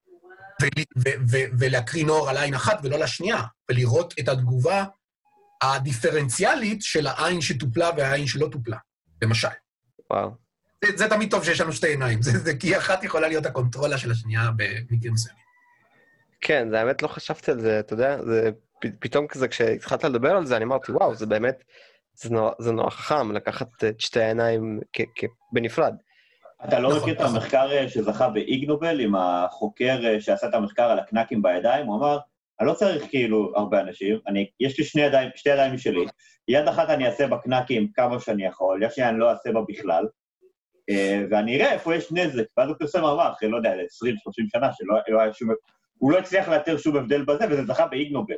ולהקרין אור על עין אחת ולא לשנייה, ולראות את התגובה הדיפרנציאלית של העין שטופלה והעין שלא טופלה, למשל. וואו. זה, זה תמיד טוב שיש לנו שתי עיניים, זה, זה, כי אחת יכולה להיות הקונטרולה של השנייה במקרים מסוימים. כן, זה האמת לא חשבתי על זה, אתה יודע, זה פתאום כזה, כשהתחלת לדבר על זה, אני אמרתי, וואו, זה באמת, זה נורא, זה נורא חכם לקחת את שתי העיניים כ, כ, בנפרד. אתה לא מכיר את המחקר שזכה באיגנובל עם החוקר שעשה את המחקר על הקנקים בידיים? הוא אמר, אני לא צריך כאילו הרבה אנשים, אני, יש לי שני ידיים, שתי ידיים משלי, יד אחת אני אעשה בקנקים כמה שאני יכול, יד שנייה אני לא אעשה בה בכלל, ואני אראה איפה יש נזק, ואז הוא פרסם אמר, אחרי לא יודע, עשרים שלושים שנה, שלא לא היה שום, הוא לא הצליח לאתר שום הבדל בזה, וזה זכה באיגנובל.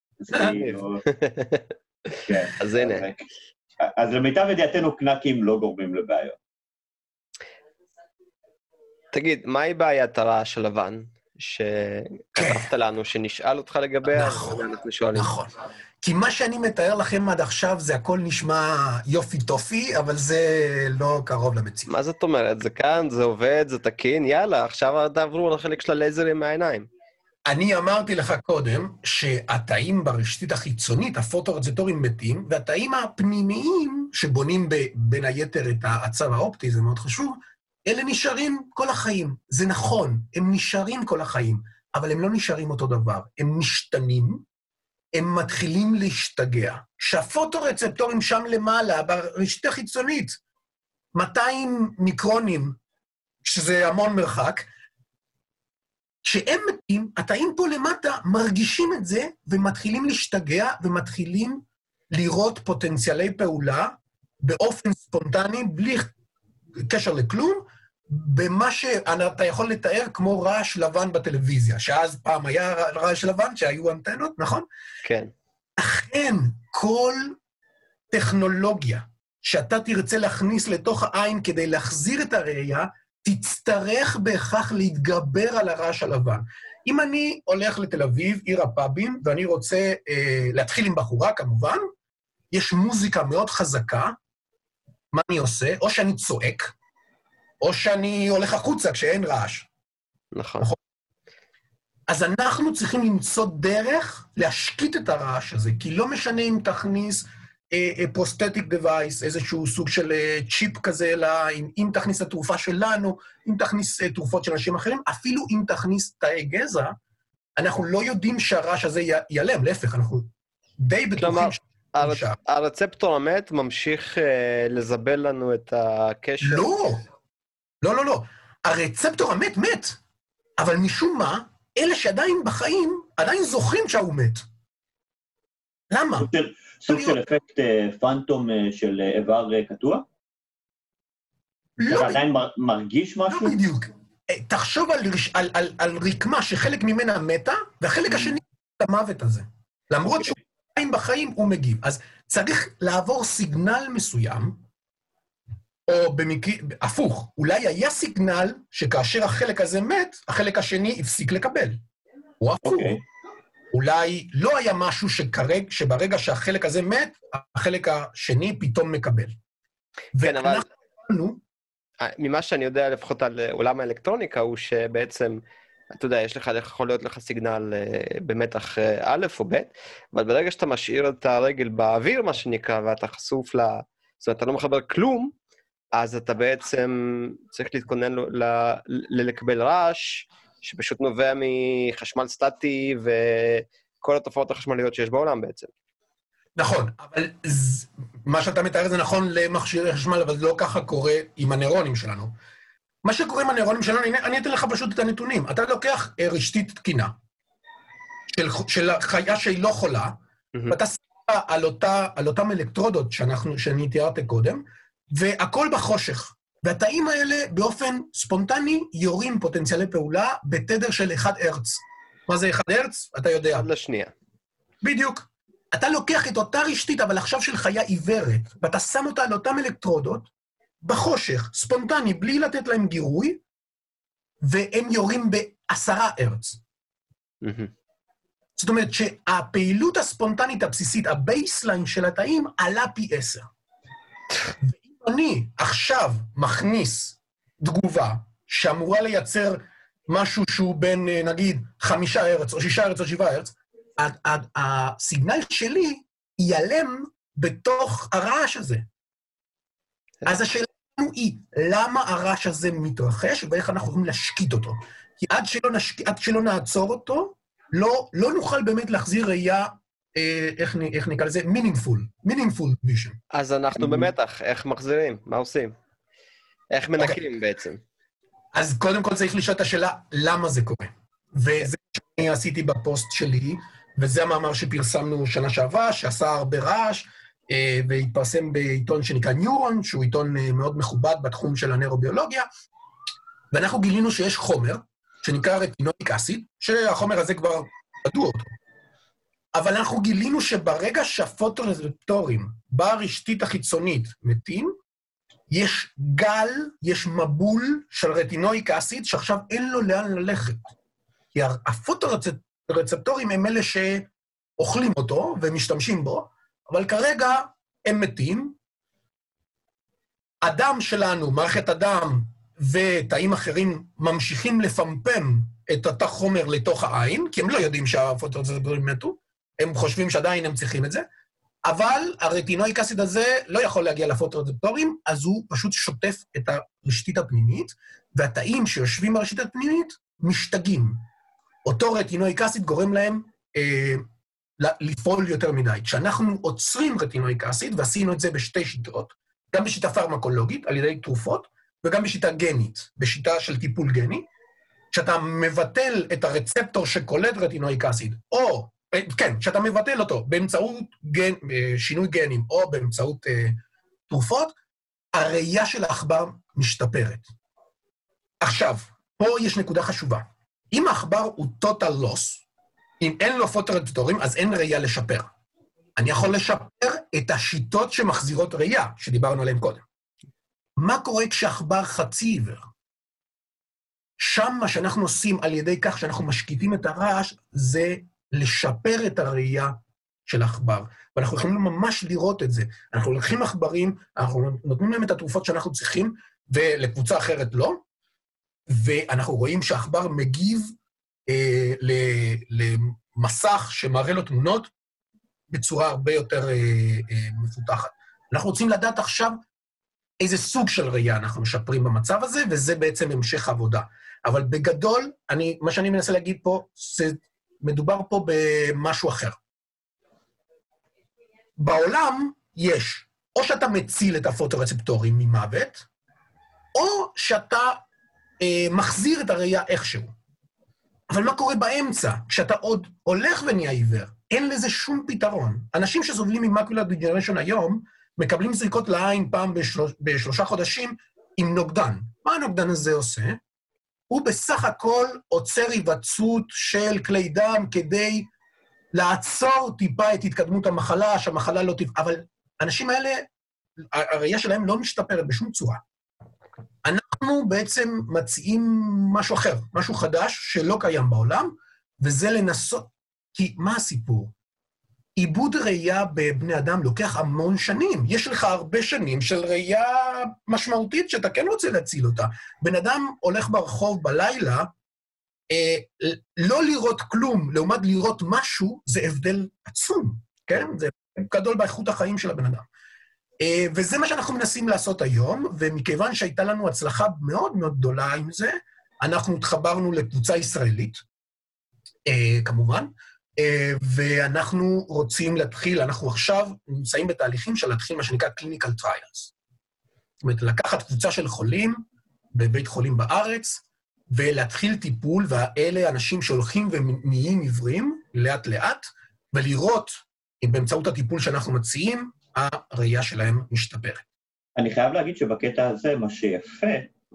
אז הנה. אז למיטב ידיעתנו קנקים לא גורמים לבעיות. תגיד, מהי בעיית הרעש הלבן שכתבת לנו, שנשאל אותך לגביה? נכון, נכון. כי מה שאני מתאר לכם עד עכשיו, זה הכל נשמע יופי טופי, אבל זה לא קרוב למציאות. מה זאת אומרת? זה כאן, זה עובד, זה תקין, יאללה, עכשיו תעברו לחלק של הלייזרים מהעיניים. אני אמרתי לך קודם, שהתאים ברשתית החיצונית, הפוטורצפטורים מתים, והתאים הפנימיים, שבונים בין היתר את העצב האופטי, זה מאוד חשוב, אלה נשארים כל החיים. זה נכון, הם נשארים כל החיים, אבל הם לא נשארים אותו דבר. הם משתנים, הם מתחילים להשתגע. שהפוטורצפטורים שם למעלה, ברשת החיצונית, מאתיים מיקרונים, שזה המון מרחק, כשהם מתים, התאים פה למטה מרגישים את זה, ומתחילים להשתגע, ומתחילים לראות פוטנציאלי פעולה, באופן ספונטני, בלי קשר לכלום, במה שאתה יכול לתאר כמו רעש לבן בטלוויזיה, שאז פעם היה רעש לבן, שהיו אנטנות, נכון? כן. אכן, כל טכנולוגיה שאתה תרצה להכניס לתוך העין כדי להחזיר את הראייה, תצטרך בהכרח להתגבר על הרעש הלבן. אם אני הולך לתל אביב, עיר הפאבים, ואני רוצה אה, להתחיל עם בחורה, כמובן, יש מוזיקה מאוד חזקה, מה אני עושה? או שאני צועק, או שאני הולך החוצה כשאין רעש. נכון. נכון. אז אנחנו צריכים למצוא דרך להשקיט את הרעש הזה, כי לא משנה אם תכניס פרוסטטיק דווייס, איזשהו סוג של צ'יפ כזה, אם, אם תכניס את התרופה שלנו, אם תכניס תרופות של אנשים אחרים, אפילו אם תכניס תאי גזע, אנחנו לא יודעים שהרעש הזה ייעלם, להפך, אנחנו די בטוחים ש... הרצפטור המת ממשיך לזבל לנו את הקשר? לא, לא, לא, לא. הרצפטור המת מת, אבל משום מה, אלה שעדיין בחיים, עדיין זוכרים שהוא מת. למה? סוג של אפקט פנטום של איבר קטוע? אתה עדיין מרגיש משהו? לא בדיוק. תחשוב על רקמה שחלק ממנה מתה, והחלק השני את המוות הזה. למרות שהוא עדיין בחיים, הוא מגיב. אז צריך לעבור סיגנל מסוים, או במקרה, הפוך, אולי היה סיגנל שכאשר החלק הזה מת, החלק השני הפסיק לקבל. או הפוך. אולי לא היה משהו שכרג, שברגע שהחלק הזה מת, החלק השני פתאום מקבל. כן, אבל... ממה שאני יודע לפחות על עולם האלקטרוניקה, הוא שבעצם, אתה יודע, יש לך, יכול להיות לך סיגנל במתח א' או ב', אבל ברגע שאתה משאיר את הרגל באוויר, מה שנקרא, ואתה חשוף ל... זאת אומרת, אתה לא מחבר כלום, אז אתה בעצם צריך להתכונן ללקבל רעש, שפשוט נובע מחשמל סטטי וכל התופעות החשמליות שיש בעולם בעצם. נכון, אבל מה שאתה מתאר זה נכון למכשירי חשמל, אבל לא ככה קורה עם הנוירונים שלנו. מה שקורה עם הנוירונים שלנו, אני אתן לך פשוט את הנתונים. אתה לוקח רשתית תקינה של, של חיה שהיא לא חולה, mm-hmm. ואתה שם על, אותה, על אותם אלקטרודות שאנחנו, שאני תיארתי קודם, והכל בחושך. והתאים האלה באופן ספונטני יורים פוטנציאלי פעולה בתדר של אחד הרץ. מה זה אחד הרץ? אתה יודע. עד לשנייה. בדיוק. אתה לוקח את אותה רשתית, אבל עכשיו של חיה עיוורת, ואתה שם אותה על אותם אלקטרודות, בחושך, ספונטני, בלי לתת להם גירוי, והם יורים בעשרה הרץ. Mm-hmm. זאת אומרת שהפעילות הספונטנית הבסיסית, הבייסליין של התאים, עלה פי עשר. ואם אני עכשיו מכניס תגובה, שאמורה לייצר משהו שהוא בין, נגיד, חמישה הרץ, או שישה הרץ, או שבעה הרץ, הסיגנל שלי ייעלם בתוך הרעש הזה. אז השאלה היא, למה הרעש הזה מתרחש, ואיך אנחנו יכולים להשקיט אותו? כי עד שלא, נשק... עד שלא נעצור אותו, לא, לא נוכל באמת להחזיר ראייה, אה, איך, איך נקרא לזה? meaningful, meaningful vision. אז אנחנו במתח, איך מחזירים? מה עושים? איך מנקים okay. בעצם? אז קודם כל צריך לשאול את השאלה, למה זה קורה? וזה שאני עשיתי בפוסט שלי, וזה המאמר שפרסמנו שנה שעברה, שעשה הרבה רעש, והתפרסם בעיתון שנקרא ניורון, שהוא עיתון מאוד מכובד בתחום של הנוירוביולוגיה, ואנחנו גילינו שיש חומר, שנקרא רטינויק אסיד, שהחומר הזה כבר ידעו אותו. אבל אנחנו גילינו שברגע שהפוטורזפטורים ברשתית החיצונית מתים, יש גל, יש מבול של רטינויק אסיד, שעכשיו אין לו לאן ללכת. כי הפוטורצפטורים הם אלה שאוכלים אותו ומשתמשים בו, אבל כרגע הם מתים. הדם שלנו, מערכת הדם ותאים אחרים ממשיכים לפמפם את אותה חומר לתוך העין, כי הם לא יודעים שהפוטורצפטורים מתו, הם חושבים שעדיין הם צריכים את זה, אבל הרטינויק אסיד הזה לא יכול להגיע לפוטורצפטורים, אז הוא פשוט שוטף את הרשתית הפנימית, והתאים שיושבים ברשתית הפנימית משתגעים. אותו רטינויק אסיד גורם להם אה, לפעול יותר מדי. כשאנחנו עוצרים רטינויק אסיד, ועשינו את זה בשתי שיטות, גם בשיטה פרמקולוגית, על ידי תרופות, וגם בשיטה גנית, בשיטה של טיפול גני, כשאתה מבטל את הרצפטור שקולט רטינויק אסיד, או, כן, כשאתה מבטל אותו באמצעות גן, שינוי גנים, או באמצעות אה, תרופות, הראייה של העכבר משתפרת. עכשיו, פה יש נקודה חשובה. אם העכבר הוא total loss, אם אין לו פוטורצפטורים, אז אין ראייה לשפר. אני יכול לשפר את השיטות שמחזירות ראייה, שדיברנו עליהן קודם. מה קורה כשעכבר חצי עיוור? שם מה שאנחנו עושים על ידי כך שאנחנו משקיטים את הרעש, זה לשפר את הראייה של העכבר. ואנחנו יכולים ממש לראות את זה. אנחנו לוקחים עכברים, אנחנו נותנים להם את התרופות שאנחנו צריכים, ולקבוצה אחרת לא, ואנחנו רואים שהעכבר מגיב אה, למסך שמראה לו תמונות בצורה הרבה יותר אה, אה, מפותחת. אנחנו רוצים לדעת עכשיו איזה סוג של ראייה אנחנו משפרים במצב הזה, וזה בעצם המשך העבודה. אבל בגדול, אני, מה שאני מנסה להגיד פה, זה מדובר פה במשהו אחר. בעולם יש, או שאתה מציל את הפוטורצפטורים ממוות, או שאתה אה, מחזיר את הראייה איכשהו. אבל מה קורה באמצע? כשאתה עוד הולך ונהיה עיוור, אין לזה שום פתרון. אנשים שסובלים ממקולר דג'נריישן היום, מקבלים זריקות לעין פעם בשלוש, בשלושה חודשים עם נוגדן. מה הנוגדן הזה עושה? הוא בסך הכל עוצר היווצרות של כלי דם כדי לעצור טיפה את התקדמות המחלה, שהמחלה לא תפ... אבל האנשים האלה, הראייה שלהם לא משתפרת בשום צורה. אנחנו בעצם מציעים משהו אחר, משהו חדש שלא קיים בעולם, וזה לנסות, כי מה הסיפור? עיבוד ראייה בבני אדם לוקח המון שנים. יש לך הרבה שנים של ראייה משמעותית שאתה כן רוצה להציל אותה. בן אדם הולך ברחוב בלילה, אה, לא לראות כלום, לעומת לראות משהו, זה הבדל עצום, כן? זה גדול באיכות החיים של הבן אדם. אה, וזה מה שאנחנו מנסים לעשות היום, ומכיוון שהייתה לנו הצלחה מאוד מאוד גדולה עם זה, אנחנו התחברנו לקבוצה ישראלית, אה, כמובן, Uh, ואנחנו רוצים להתחיל, אנחנו עכשיו נמצאים בתהליכים של להתחיל מה שנקרא clinical trials. זאת אומרת, לקחת קבוצה של חולים בבית חולים בארץ, ולהתחיל טיפול, ואלה אנשים שהולכים ונהיים עיוורים לאט לאט, ולראות אם באמצעות הטיפול שאנחנו מציעים, הראייה שלהם משתפרת. אני חייב להגיד שבקטע הזה, מה שיפה,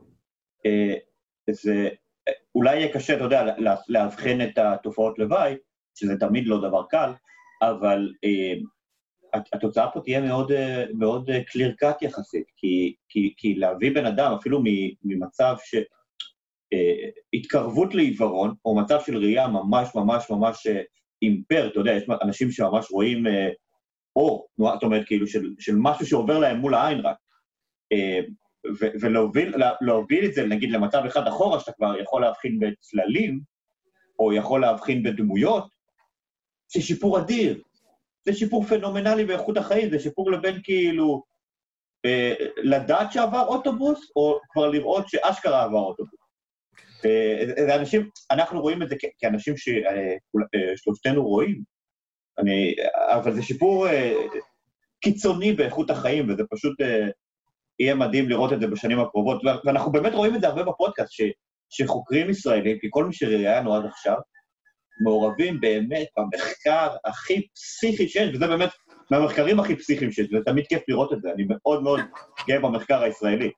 זה אולי יהיה קשה, אתה יודע, להבחן את התופעות לוואי, שזה תמיד לא דבר קל, אבל אה, התוצאה פה תהיה מאוד, מאוד clear cut יחסית, כי, כי, כי להביא בן אדם, אפילו ממצב שהתקרבות לעיוורון, או מצב של ראייה ממש ממש ממש אימפר, אתה יודע, יש אנשים שממש רואים אה, אור, זאת אומרת, כאילו, של, של משהו שעובר להם מול העין רק, אה, ו- ולהוביל להוביל את זה, נגיד, למצב אחד אחורה, שאתה כבר יכול להבחין בצללים, או יכול להבחין בדמויות, זה שיפור אדיר, זה שיפור פנומנלי באיכות החיים, זה שיפור לבין כאילו, אה, לדעת שעבר אוטובוס, או כבר לראות שאשכרה עבר אוטובוס. אה, זה אנשים, אנחנו רואים את זה כ- כאנשים ששלושתנו רואים, אני, אבל זה שיפור אה, קיצוני באיכות החיים, וזה פשוט אה, יהיה מדהים לראות את זה בשנים הקרובות, ואנחנו באמת רואים את זה הרבה בפודקאסט, ש, שחוקרים ישראלים, כי כל מי שראיינו עד עכשיו, מעורבים באמת במחקר הכי פסיכי שיש, וזה באמת מהמחקרים הכי פסיכיים שיש, וזה תמיד כיף לראות את זה, אני מאוד מאוד גאה במחקר הישראלי.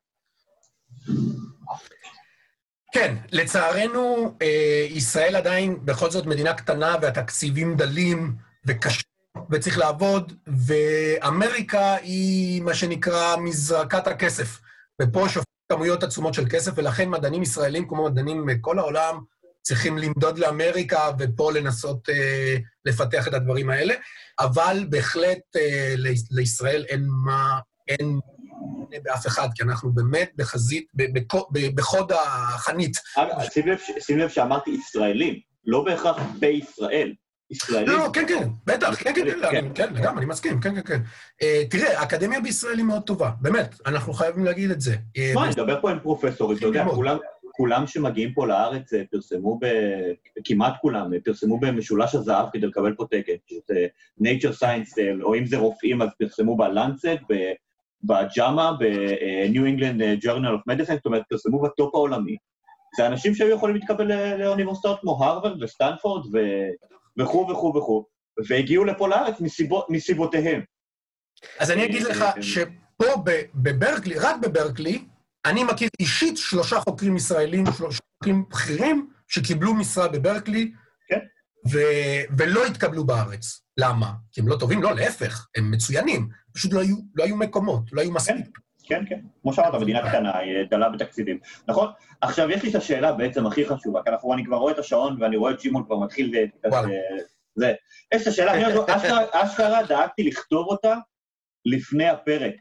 כן, לצערנו, ישראל עדיין בכל זאת מדינה קטנה, והתקציבים דלים וקשה, וצריך לעבוד, ואמריקה היא מה שנקרא מזרקת הכסף, ופה שופט כמויות עצומות של כסף, ולכן מדענים ישראלים, כמו מדענים מכל העולם, צריכים למדוד לאמריקה, ופה לנסות אה, לפתח את הדברים האלה, אבל בהחלט אה, לישראל אין מה, אין באף אחד, כי אנחנו באמת בחזית, בחוד החנית. שים לב, שים לב שאמרתי ישראלים, לא בהכרח בישראל, ישראלים. לא, כן, כן, בטח, כן, כן, כן, לגמרי, אני מסכים, כן, כן, כן. תראה, האקדמיה בישראל היא מאוד טובה, באמת, אנחנו חייבים להגיד את זה. מה, אני מדבר פה עם פרופסורים, אתה יודע, כולם... כולם שמגיעים פה לארץ פרסמו, ב... כמעט כולם, פרסמו במשולש הזהב כדי לקבל פה תקן, שזה Nature Science, או אם זה רופאים, אז פרסמו בלנסט, בג'אמה, ב-New England Journal of Medicine, זאת אומרת, פרסמו בטופ העולמי. זה אנשים שהיו יכולים להתקבל לאוניברסיטאות כמו הרווארד וסטנפורד ו... וכו' וכו' וכו', והגיעו לפה לארץ מסיבות... מסיבותיהם. אז אני אגיד לך שפה בברקלי, רק בברקלי, אני מכיר אישית שלושה חוקרים ישראלים, שלושה חוקרים בכירים, שקיבלו משרה בברקלי, כן. ו- ולא התקבלו בארץ. למה? כי הם לא טובים? לא, להפך, הם מצוינים. פשוט לא היו, לא היו מקומות, לא היו מספיק. כן, כן, כן. כמו שאמרת, מדינה קטנה, היא דלה בתקציבים. נכון? עכשיו, יש לי את השאלה בעצם הכי חשובה, כי אנחנו, אני כבר רואה את השעון, ואני רואה את שימון כבר מתחיל את זה. יש את השאלה, אשכרה דאגתי לכתוב אותה לפני הפרק.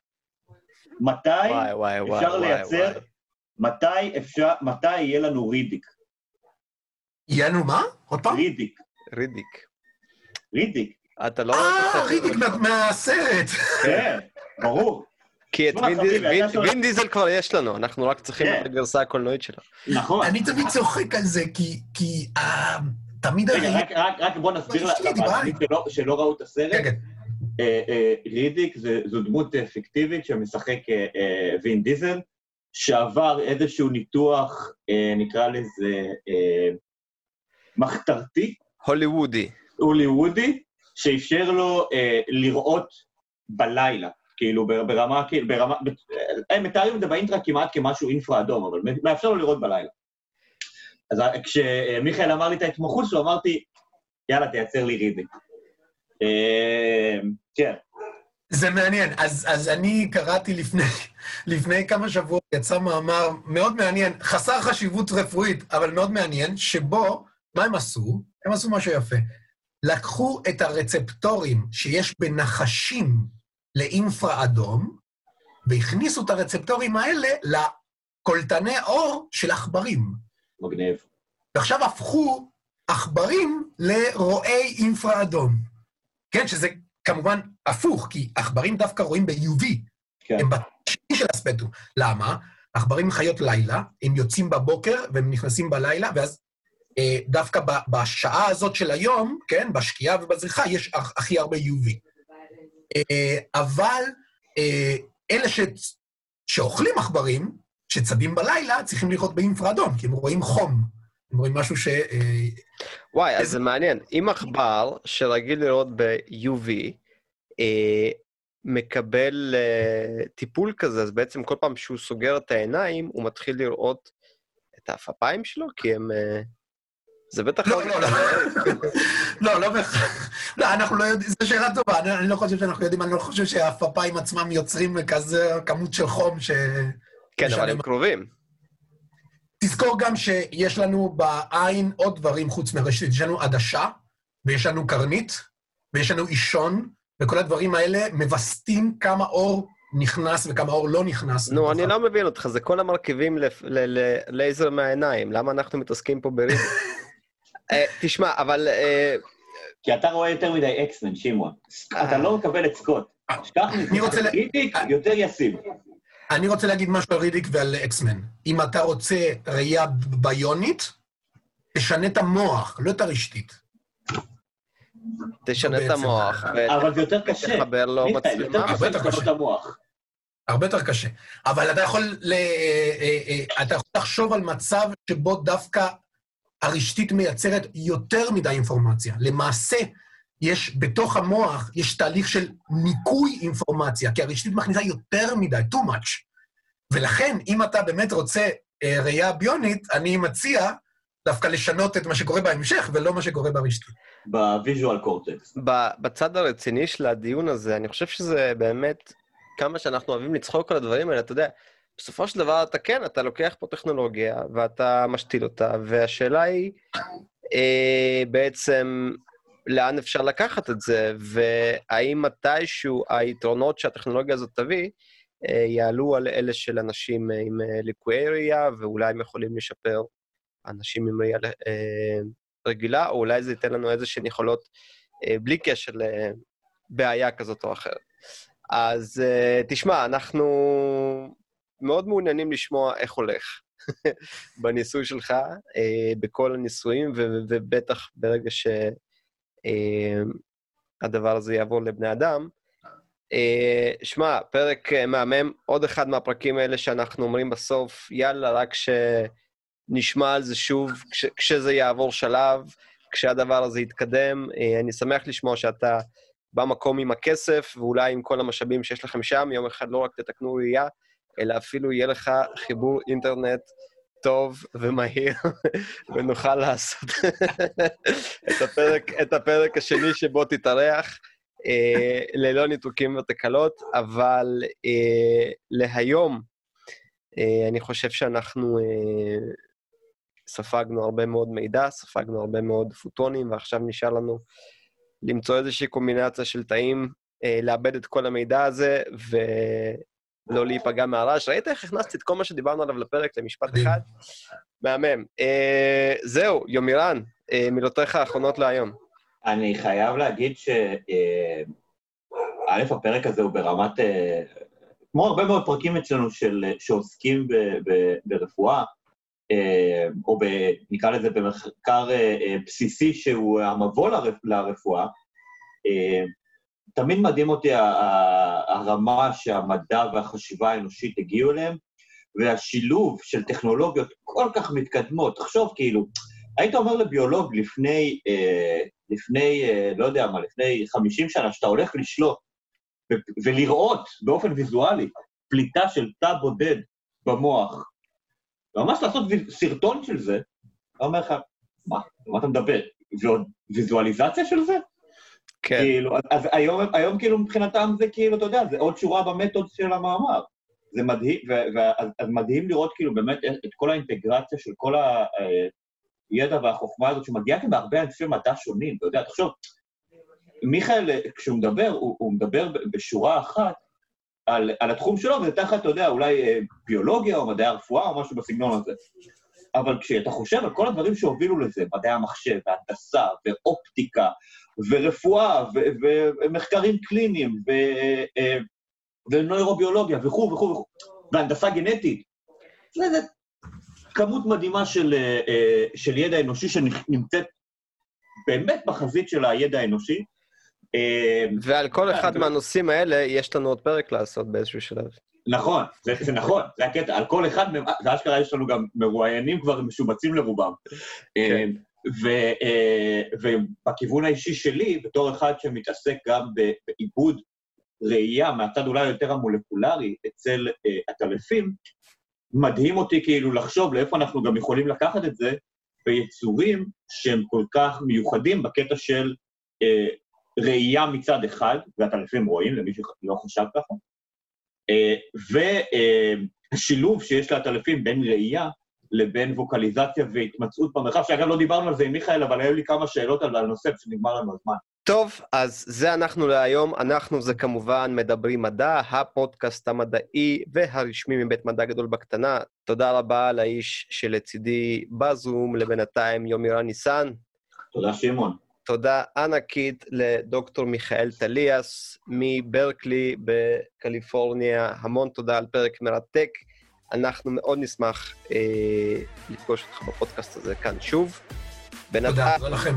מתי וואי, וואי, אפשר וואי, לייצר, וואי. מתי אפשר, מתי יהיה לנו רידיק? יהיה לנו מה? עוד פעם? רידיק. רידיק. רידיק. אתה לא... אה, רידיק מהסרט. כן, ברור. כי את וין דיזל כבר יש לנו, אנחנו רק צריכים את הגרסה הקולנועית שלה. נכון. אני תמיד צוחק על זה, כי תמיד... רגע, רק, רק, רק בוא נסביר למאזינים שלא, שלא ראו את הסרט. כן, כן. רידיק זו דמות פיקטיבית שמשחק וין דיזל, שעבר איזשהו ניתוח, נקרא לזה, מחתרתי. הוליוודי. הוליוודי, שאפשר לו לראות בלילה, כאילו ברמה, כאילו ברמה, הם מתארים את זה באינטרה כמעט כמשהו אינפרה אדום, אבל מאפשר לו לראות בלילה. אז כשמיכאל אמר לי את ההתמחות שלו, אמרתי, יאללה, תייצר לי רידיק. כן. זה מעניין. אז, אז אני קראתי לפני, לפני כמה שבועות, יצא מאמר מאוד מעניין, חסר חשיבות רפואית, אבל מאוד מעניין, שבו, מה הם עשו? הם עשו משהו יפה. לקחו את הרצפטורים שיש בנחשים לאינפרה אדום, והכניסו את הרצפטורים האלה לקולטני אור של עכברים. מגניב. ועכשיו הפכו עכברים לרואי אינפרה אדום. כן, שזה כמובן הפוך, כי עכברים דווקא רואים ב-יו וי. כן. הם בשני של הספקטרום. למה? עכברים חיות לילה, הם יוצאים בבוקר והם נכנסים בלילה, ואז אה, דווקא בשעה הזאת של היום, כן, בשקיעה ובזריחה, יש הכי הרבה יו וי. אה, אבל אה, אלה ש... שאוכלים עכברים, שצדים בלילה, צריכים לראות באינפרה אדום, כי הם רואים חום. הם רואים משהו ש... וואי, אז זה מעניין. אם עכבר שרגיל לראות ב-יו וי, מקבל טיפול כזה, אז בעצם כל פעם שהוא סוגר את העיניים, הוא מתחיל לראות את האפפיים שלו, כי הם... זה בטח... לא, לא, לא. לא, לא בכך. לא, אנחנו לא יודעים, זו שאלה טובה, אני לא חושב שאנחנו יודעים, אני לא חושב שהאפפיים עצמם יוצרים כזה כמות של חום ש... כן, אבל הם קרובים. תזכור גם שיש לנו בעין עוד דברים חוץ מרשתית. יש לנו עדשה, ויש לנו קרנית, ויש לנו אישון, וכל הדברים האלה מבסטים כמה אור נכנס וכמה אור לא נכנס. נו, אני לא מבין אותך, זה כל המרכיבים ללייזר מהעיניים. למה אנחנו מתעסקים פה בריב? תשמע, אבל... כי אתה רואה יותר מדי אקסמן, שמעון. אתה לא מקבל את סקוט. שכח מזה, רידיק יותר ישים. אני רוצה להגיד משהו על רידיק ועל אקסמן. אם אתה רוצה ראייה ביונית, תשנה את המוח, לא את הרשתית. תשנה את המוח. אבל זה יותר קשה. תחבר לו מצלמה. הרבה יותר קשה. הרבה יותר קשה. אבל אתה יכול לחשוב על מצב שבו דווקא הרשתית מייצרת יותר מדי אינפורמציה. למעשה, יש, בתוך המוח, יש תהליך של ניקוי אינפורמציה, כי הרשתית מכניסה יותר מדי, too much. ולכן, אם אתה באמת רוצה אה, ראייה ביונית, אני מציע דווקא לשנות את מה שקורה בהמשך, ולא מה שקורה ברשתית. בוויז'ואל קורטקס. בצד הרציני של הדיון הזה, אני חושב שזה באמת, כמה שאנחנו אוהבים לצחוק על הדברים האלה, אתה יודע, בסופו של דבר אתה כן, אתה לוקח פה טכנולוגיה, ואתה משתיל אותה, והשאלה היא אה, בעצם... לאן אפשר לקחת את זה, והאם מתישהו היתרונות שהטכנולוגיה הזאת תביא, יעלו על אלה של אנשים עם ליקויי ראייה, ואולי הם יכולים לשפר אנשים עם ראייה רגילה, או אולי זה ייתן לנו איזושהי יכולות בלי קשר לבעיה כזאת או אחרת. אז תשמע, אנחנו מאוד מעוניינים לשמוע איך הולך בניסוי שלך, בכל הניסויים, ובטח ברגע ש... הדבר הזה יעבור לבני אדם. שמע, פרק מהמם, עוד אחד מהפרקים האלה שאנחנו אומרים בסוף, יאללה, רק שנשמע על זה שוב, כש, כשזה יעבור שלב, כשהדבר הזה יתקדם. אני שמח לשמוע שאתה במקום עם הכסף, ואולי עם כל המשאבים שיש לכם שם, יום אחד לא רק תתקנו ראייה, אלא אפילו יהיה לך חיבור אינטרנט טוב ומהיר, ונוכל לעשות את הפרק, את הפרק השני שבו תתארח, אה, ללא ניתוקים ותקלות, אבל אה, להיום, אה, אני חושב שאנחנו אה, ספגנו הרבה מאוד מידע, ספגנו הרבה מאוד פוטונים, ועכשיו נשאר לנו למצוא איזושהי קומבינציה של תאים, אה, לאבד את כל המידע הזה, ו... לא להיפגע מהרעש. ראית איך הכנסתי את כל מה שדיברנו עליו לפרק למשפט אחד? מהמם. אה, זהו, יומירן, אה, מילותיך האחרונות להיום. אני חייב להגיד ש... אה, א', הפרק הזה הוא ברמת... אה, כמו הרבה מאוד פרקים אצלנו של, שעוסקים ב, ב, ברפואה, או נקרא לזה במחקר בסיסי שהוא המבוא לרפואה, תמיד מדהים אותי הרמה שהמדע והחשיבה האנושית הגיעו אליהם, והשילוב של טכנולוגיות כל כך מתקדמות. תחשוב, כאילו, היית אומר לביולוג לפני, לפני, לא יודע מה, לפני חמישים שנה, שאתה הולך לשלוט ולראות באופן ויזואלי פליטה של תא בודד במוח, וממש לעשות סרטון של זה, אתה אומר לך, מה? מה אתה מדבר? ועוד ויזואליזציה של זה? כן. כאילו, אז היום, היום כאילו מבחינתם זה כאילו, אתה יודע, זה עוד שורה במתוד של המאמר. זה מדהים, ואז מדהים לראות כאילו באמת את כל האינטגרציה של כל הידע והחוכמה הזאת, שמגיעה כאן בהרבה ענפי מדע שונים, אתה יודע, תחשוב, מיכאל, כשהוא מדבר, הוא, הוא מדבר בשורה אחת על, על התחום שלו, וזה תחת, אתה יודע, אולי ביולוגיה או מדעי הרפואה או משהו בסגנון הזה. אבל כשאתה חושב על כל הדברים שהובילו לזה, מדעי המחשב, והנדסה, ואופטיקה, ורפואה, ו- ומחקרים קליניים, ו- ונוירוביולוגיה, וכו' וכו' וכו', והנדסה גנטית, זה כמות מדהימה של, של ידע אנושי שנמצאת באמת בחזית של הידע האנושי. ועל כל אחד מהנושאים האלה יש לנו עוד פרק לעשות באיזשהו שלב. נכון, זה, זה נכון, זה הקטע, על כל אחד, ואשכרה יש לנו גם מרואיינים כבר משובצים לרובם. כן. ו, ובכיוון האישי שלי, בתור אחד שמתעסק גם בעיבוד ראייה, מהצד אולי יותר המולקולרי, אצל הטלפים, מדהים אותי כאילו לחשוב לאיפה אנחנו גם יכולים לקחת את זה, ביצורים שהם כל כך מיוחדים בקטע של אה, ראייה מצד אחד, והטלפים רואים, למי שלא חשב ככה, אה, והשילוב שיש לטלפים בין ראייה לבין ווקליזציה והתמצאות במרחב, שאגב לא דיברנו על זה עם מיכאל, אבל היו לי כמה שאלות על הנושא שנגמר לנו הזמן. טוב, אז זה אנחנו להיום, אנחנו זה כמובן מדברים מדע, הפודקאסט המדעי והרשמי מבית מדע גדול בקטנה. תודה רבה לאיש שלצידי בזום, לבינתיים יומירן ניסן. תודה שמעון. תודה ענקית לדוקטור מיכאל טליאס מברקלי בקליפורניה, המון תודה על פרק מרתק. אנחנו מאוד נשמח אה, לפגוש אותך בפודקאסט הזה כאן שוב. תודה, תודה לכם.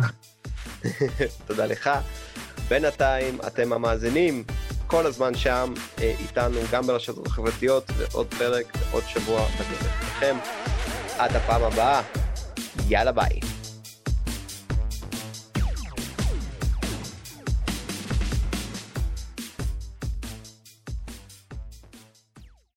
תודה לך. בינתיים אתם המאזינים כל הזמן שם איתנו, גם ברשתות החברתיות, ועוד פרק ועוד שבוע בדרך לכם. עד הפעם הבאה, יאללה ביי.